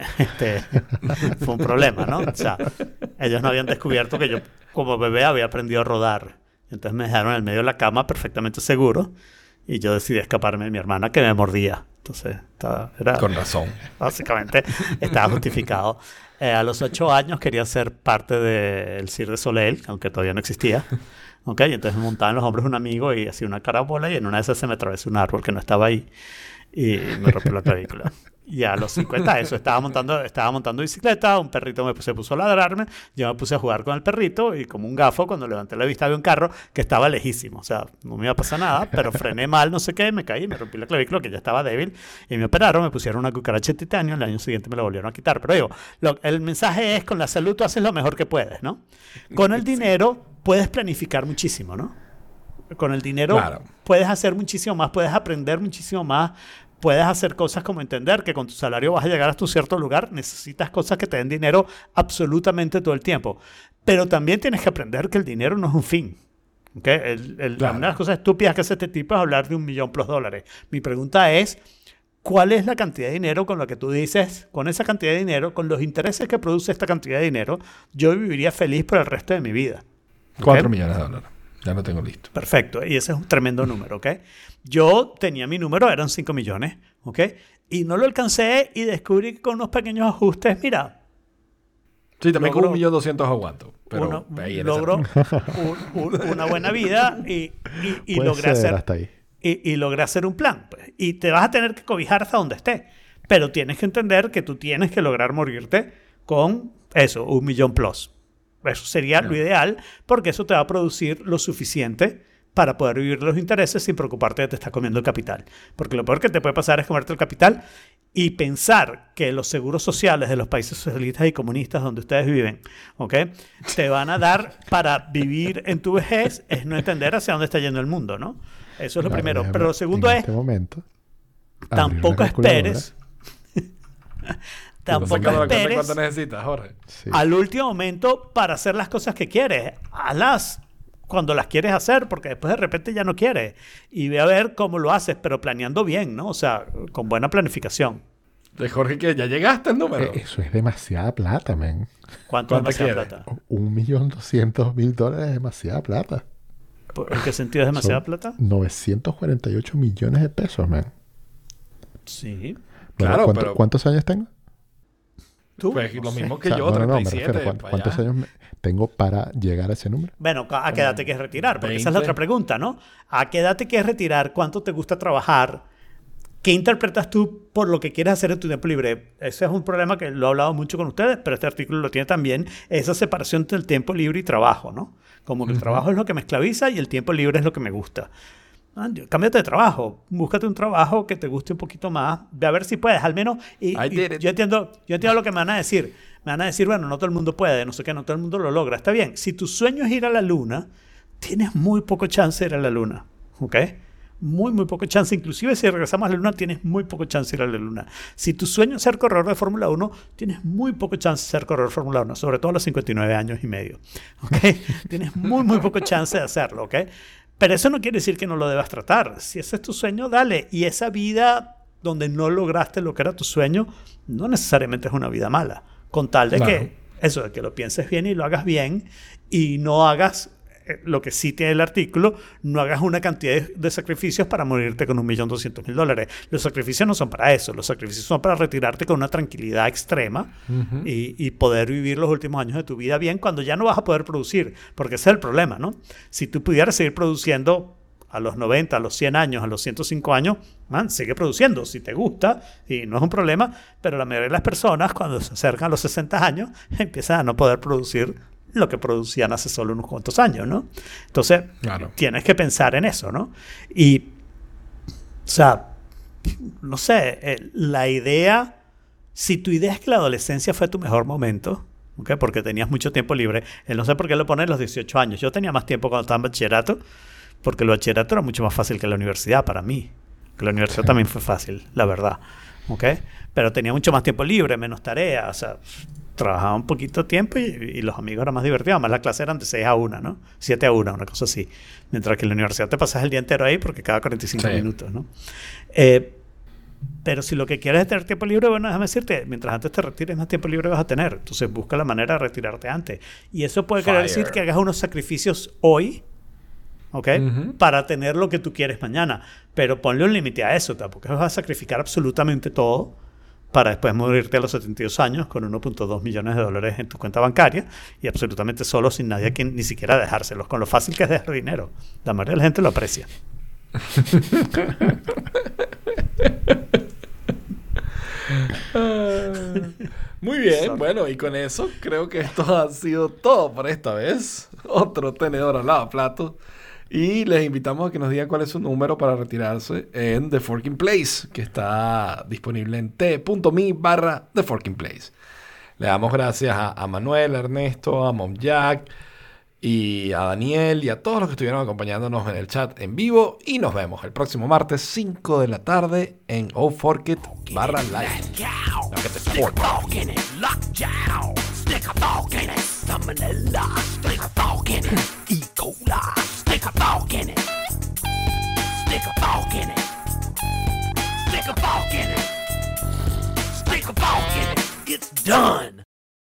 fue un problema, ¿no? O sea, ellos no habían descubierto que yo como bebé había aprendido a rodar. Entonces me dejaron en el medio de la cama perfectamente seguro y yo decidí escaparme de mi hermana que me mordía. Entonces, era, Con razón. básicamente, estaba justificado. A los 8 años quería ser parte del Cirque du Soleil, aunque todavía no existía. ¿Ok? Y entonces me montaba en los hombros de un amigo y hacía una carambola y en una de esas se me atravesó un árbol que no estaba ahí y me rompió la clavícula. Y a los 50 eso, estaba montando bicicleta, un perrito se puso a ladrarme, yo me puse a jugar con el perrito y como un gafo, cuando levanté la vista había un carro que estaba lejísimo. O sea, no me iba a pasar nada, pero frené mal, no sé qué, me caí, me rompí la clavícula, que ya estaba débil, y me operaron, me pusieron una cucaracha de titanio, el año siguiente me la volvieron a quitar. Pero digo, el mensaje es, con la salud tú haces lo mejor que puedes, ¿no? Con el dinero puedes planificar muchísimo, ¿no? Con el dinero Claro. puedes hacer muchísimo más, puedes aprender muchísimo más, puedes hacer cosas como entender que con tu salario vas a llegar hasta un cierto lugar, necesitas cosas que te den dinero absolutamente todo el tiempo. Pero también tienes que aprender que el dinero no es un fin. ¿Okay? Claro. Una de las cosas estúpidas que hace este tipo es hablar de $1.000.000+. Mi pregunta es, ¿cuál es la cantidad de dinero con la que tú dices, con esa cantidad de dinero, con los intereses que produce esta cantidad de dinero, yo viviría feliz por el resto de mi vida? 4 millones de dólares. Ya lo tengo listo. Perfecto, y ese es un tremendo número, ¿ok? Yo tenía mi número, eran 5 millones, ¿ok? Y no lo alcancé y descubrí que con unos pequeños ajustes, mira, Sí, también Logro- con 1.200.000 aguanto. Pero ahí en esa- logro una buena vida y Puede logré ceder hacer hasta ahí. y logré hacer un plan. Pues. Y te vas a tener que cobijar hasta donde estés. Pero tienes que entender que tú tienes que lograr morirte con eso, $1 millón+. Eso sería lo ideal, porque eso te va a producir lo suficiente para poder vivir los intereses sin preocuparte de que te estás comiendo el capital. Porque lo peor que te puede pasar es comerte el capital y pensar que los seguros sociales de los países socialistas y comunistas donde ustedes viven, ¿ok?, te van a dar para vivir en tu vejez, es no entender hacia dónde está yendo el mundo, ¿no? Eso es lo Claro, primero. déjame, Pero lo segundo en es, este momento, abrir tampoco una calculadora. esperes, Estás tampoco sacando la cuenta de esperes cuánto necesitas, Jorge. Sí. al último momento para hacer las cosas que quieres. Hazlas cuando las quieres hacer, porque después de repente ya no quieres. Y ve a ver cómo lo haces, pero planeando bien, ¿no? O sea, con buena planificación. De Jorge, que ya llegaste al número. Eso es demasiada plata, men. ¿Cuánto es ¿Cuánto demasiada quieres? plata? $1.200.000 es demasiada plata. ¿En qué sentido es demasiada Son plata? 948 millones de pesos, men. Sí. Claro, ¿cuánto- pero- ¿Cuántos años tengo? ¿Tú? Pues No lo sé. mismo O que sea, yo, no, me 37. refiero, para ¿cuántos allá. años tengo para llegar a ese número? Bueno, ¿a qué edad te quieres retirar? Porque esa es 20. la otra pregunta, ¿no? ¿A qué edad te quieres retirar? ¿Cuánto te gusta trabajar? ¿Qué interpretas tú por lo que quieres hacer en tu tiempo libre? Ese es un problema que lo he hablado mucho con ustedes, pero este artículo lo tiene también, esa separación entre el tiempo libre y trabajo, ¿no? Como que el trabajo es lo que me esclaviza y el tiempo libre es lo que me gusta. Cámbiate de trabajo, búscate un trabajo que te guste un poquito más, ve a ver si puedes, al menos. I did it. Yo entiendo lo que me van a decir. Me van a decir, bueno, no todo el mundo puede, no sé qué, no todo el mundo lo logra. Está bien, si tu sueño es ir a la luna, tienes muy poco chance de ir a la luna, ¿ok? Muy, muy poco chance. Inclusive si regresamos a la luna, tienes muy poco chance de ir a la luna. Si tu sueño es ser corredor de Fórmula 1, tienes muy poco chance de ser corredor de Fórmula 1, sobre todo a los 59 años y medio, ¿ok? Tienes muy, muy poco chance de hacerlo, ¿ok? Pero eso no quiere decir que no lo debas tratar. Si ese es tu sueño, dale. Y esa vida donde no lograste lo que era tu sueño, no necesariamente es una vida mala. Con tal de Claro. de que lo pienses bien y lo hagas bien y no hagas lo que sí tiene el artículo, no hagas una cantidad de sacrificios para morirte con $1.200.000. Los sacrificios no son para eso. Los sacrificios son para retirarte con una tranquilidad extrema y poder vivir los últimos años de tu vida bien cuando ya no vas a poder producir. Porque ese es el problema, ¿no? Si tú pudieras seguir produciendo a los 90, a los 100 años, a los 105 años, man, sigue produciendo si te gusta y no es un problema, pero la mayoría de las personas cuando se acercan a los 60 años empiezan a no poder producir lo que producían hace solo unos cuantos años, ¿no? Entonces, Claro. tienes que pensar en eso, ¿no? Y, o sea, no sé, la idea, si tu idea es que la adolescencia fue tu mejor momento, ¿ok? Porque tenías mucho tiempo libre, no sé por qué lo pones a los 18 años. Yo tenía más tiempo cuando estaba en bachillerato, porque el bachillerato era mucho más fácil que la universidad para mí. Que la universidad también fue fácil, la verdad, ¿ok? Pero tenía mucho más tiempo libre, menos tareas, o sea, trabajaba un poquito de tiempo y los amigos eran más divertidos. Además, las clases eran de 6 a 1, ¿no? 7 a 1, una cosa así. Mientras que en la universidad te pasas el día entero ahí porque cada 45 Sí. minutos, ¿no? Pero si lo que quieres es tener tiempo libre, bueno, déjame decirte, mientras antes te retires, más tiempo libre vas a tener. Entonces, busca la manera de retirarte antes. Y eso puede querer decir que hagas unos sacrificios hoy, ¿ok? Para tener lo que tú quieres mañana. Pero ponle un límite a eso. Tampoco vas a sacrificar absolutamente todo para después morirte a los 72 años con $1.2 millones en tu cuenta bancaria y absolutamente solo, sin nadie a quien ni siquiera dejárselos, con lo fácil que es dejar dinero. La mayoría de la gente lo aprecia. Muy bien, Sorry. bueno, y con eso creo que esto ha sido todo por esta vez. Otro tenedor al lavaplatos. Y les invitamos a que nos digan cuál es su número para retirarse en The Forking Place, que está disponible en t.me/The Forking Place. Le damos gracias a Manuel, a Ernesto, a Mom Jack y a Daniel y a todos los que estuvieron acompañándonos en el chat en vivo. Y nos vemos el próximo martes 5 de la tarde en OForkit/live. Now get the fork. Fork in it, lockjaw. Stick a fork in it. Salmonella. Stick a fork in it. E. coli. Stick a fork in it. Stick a fork in it. Stick a fork in it. Stick a fork in it. It's done.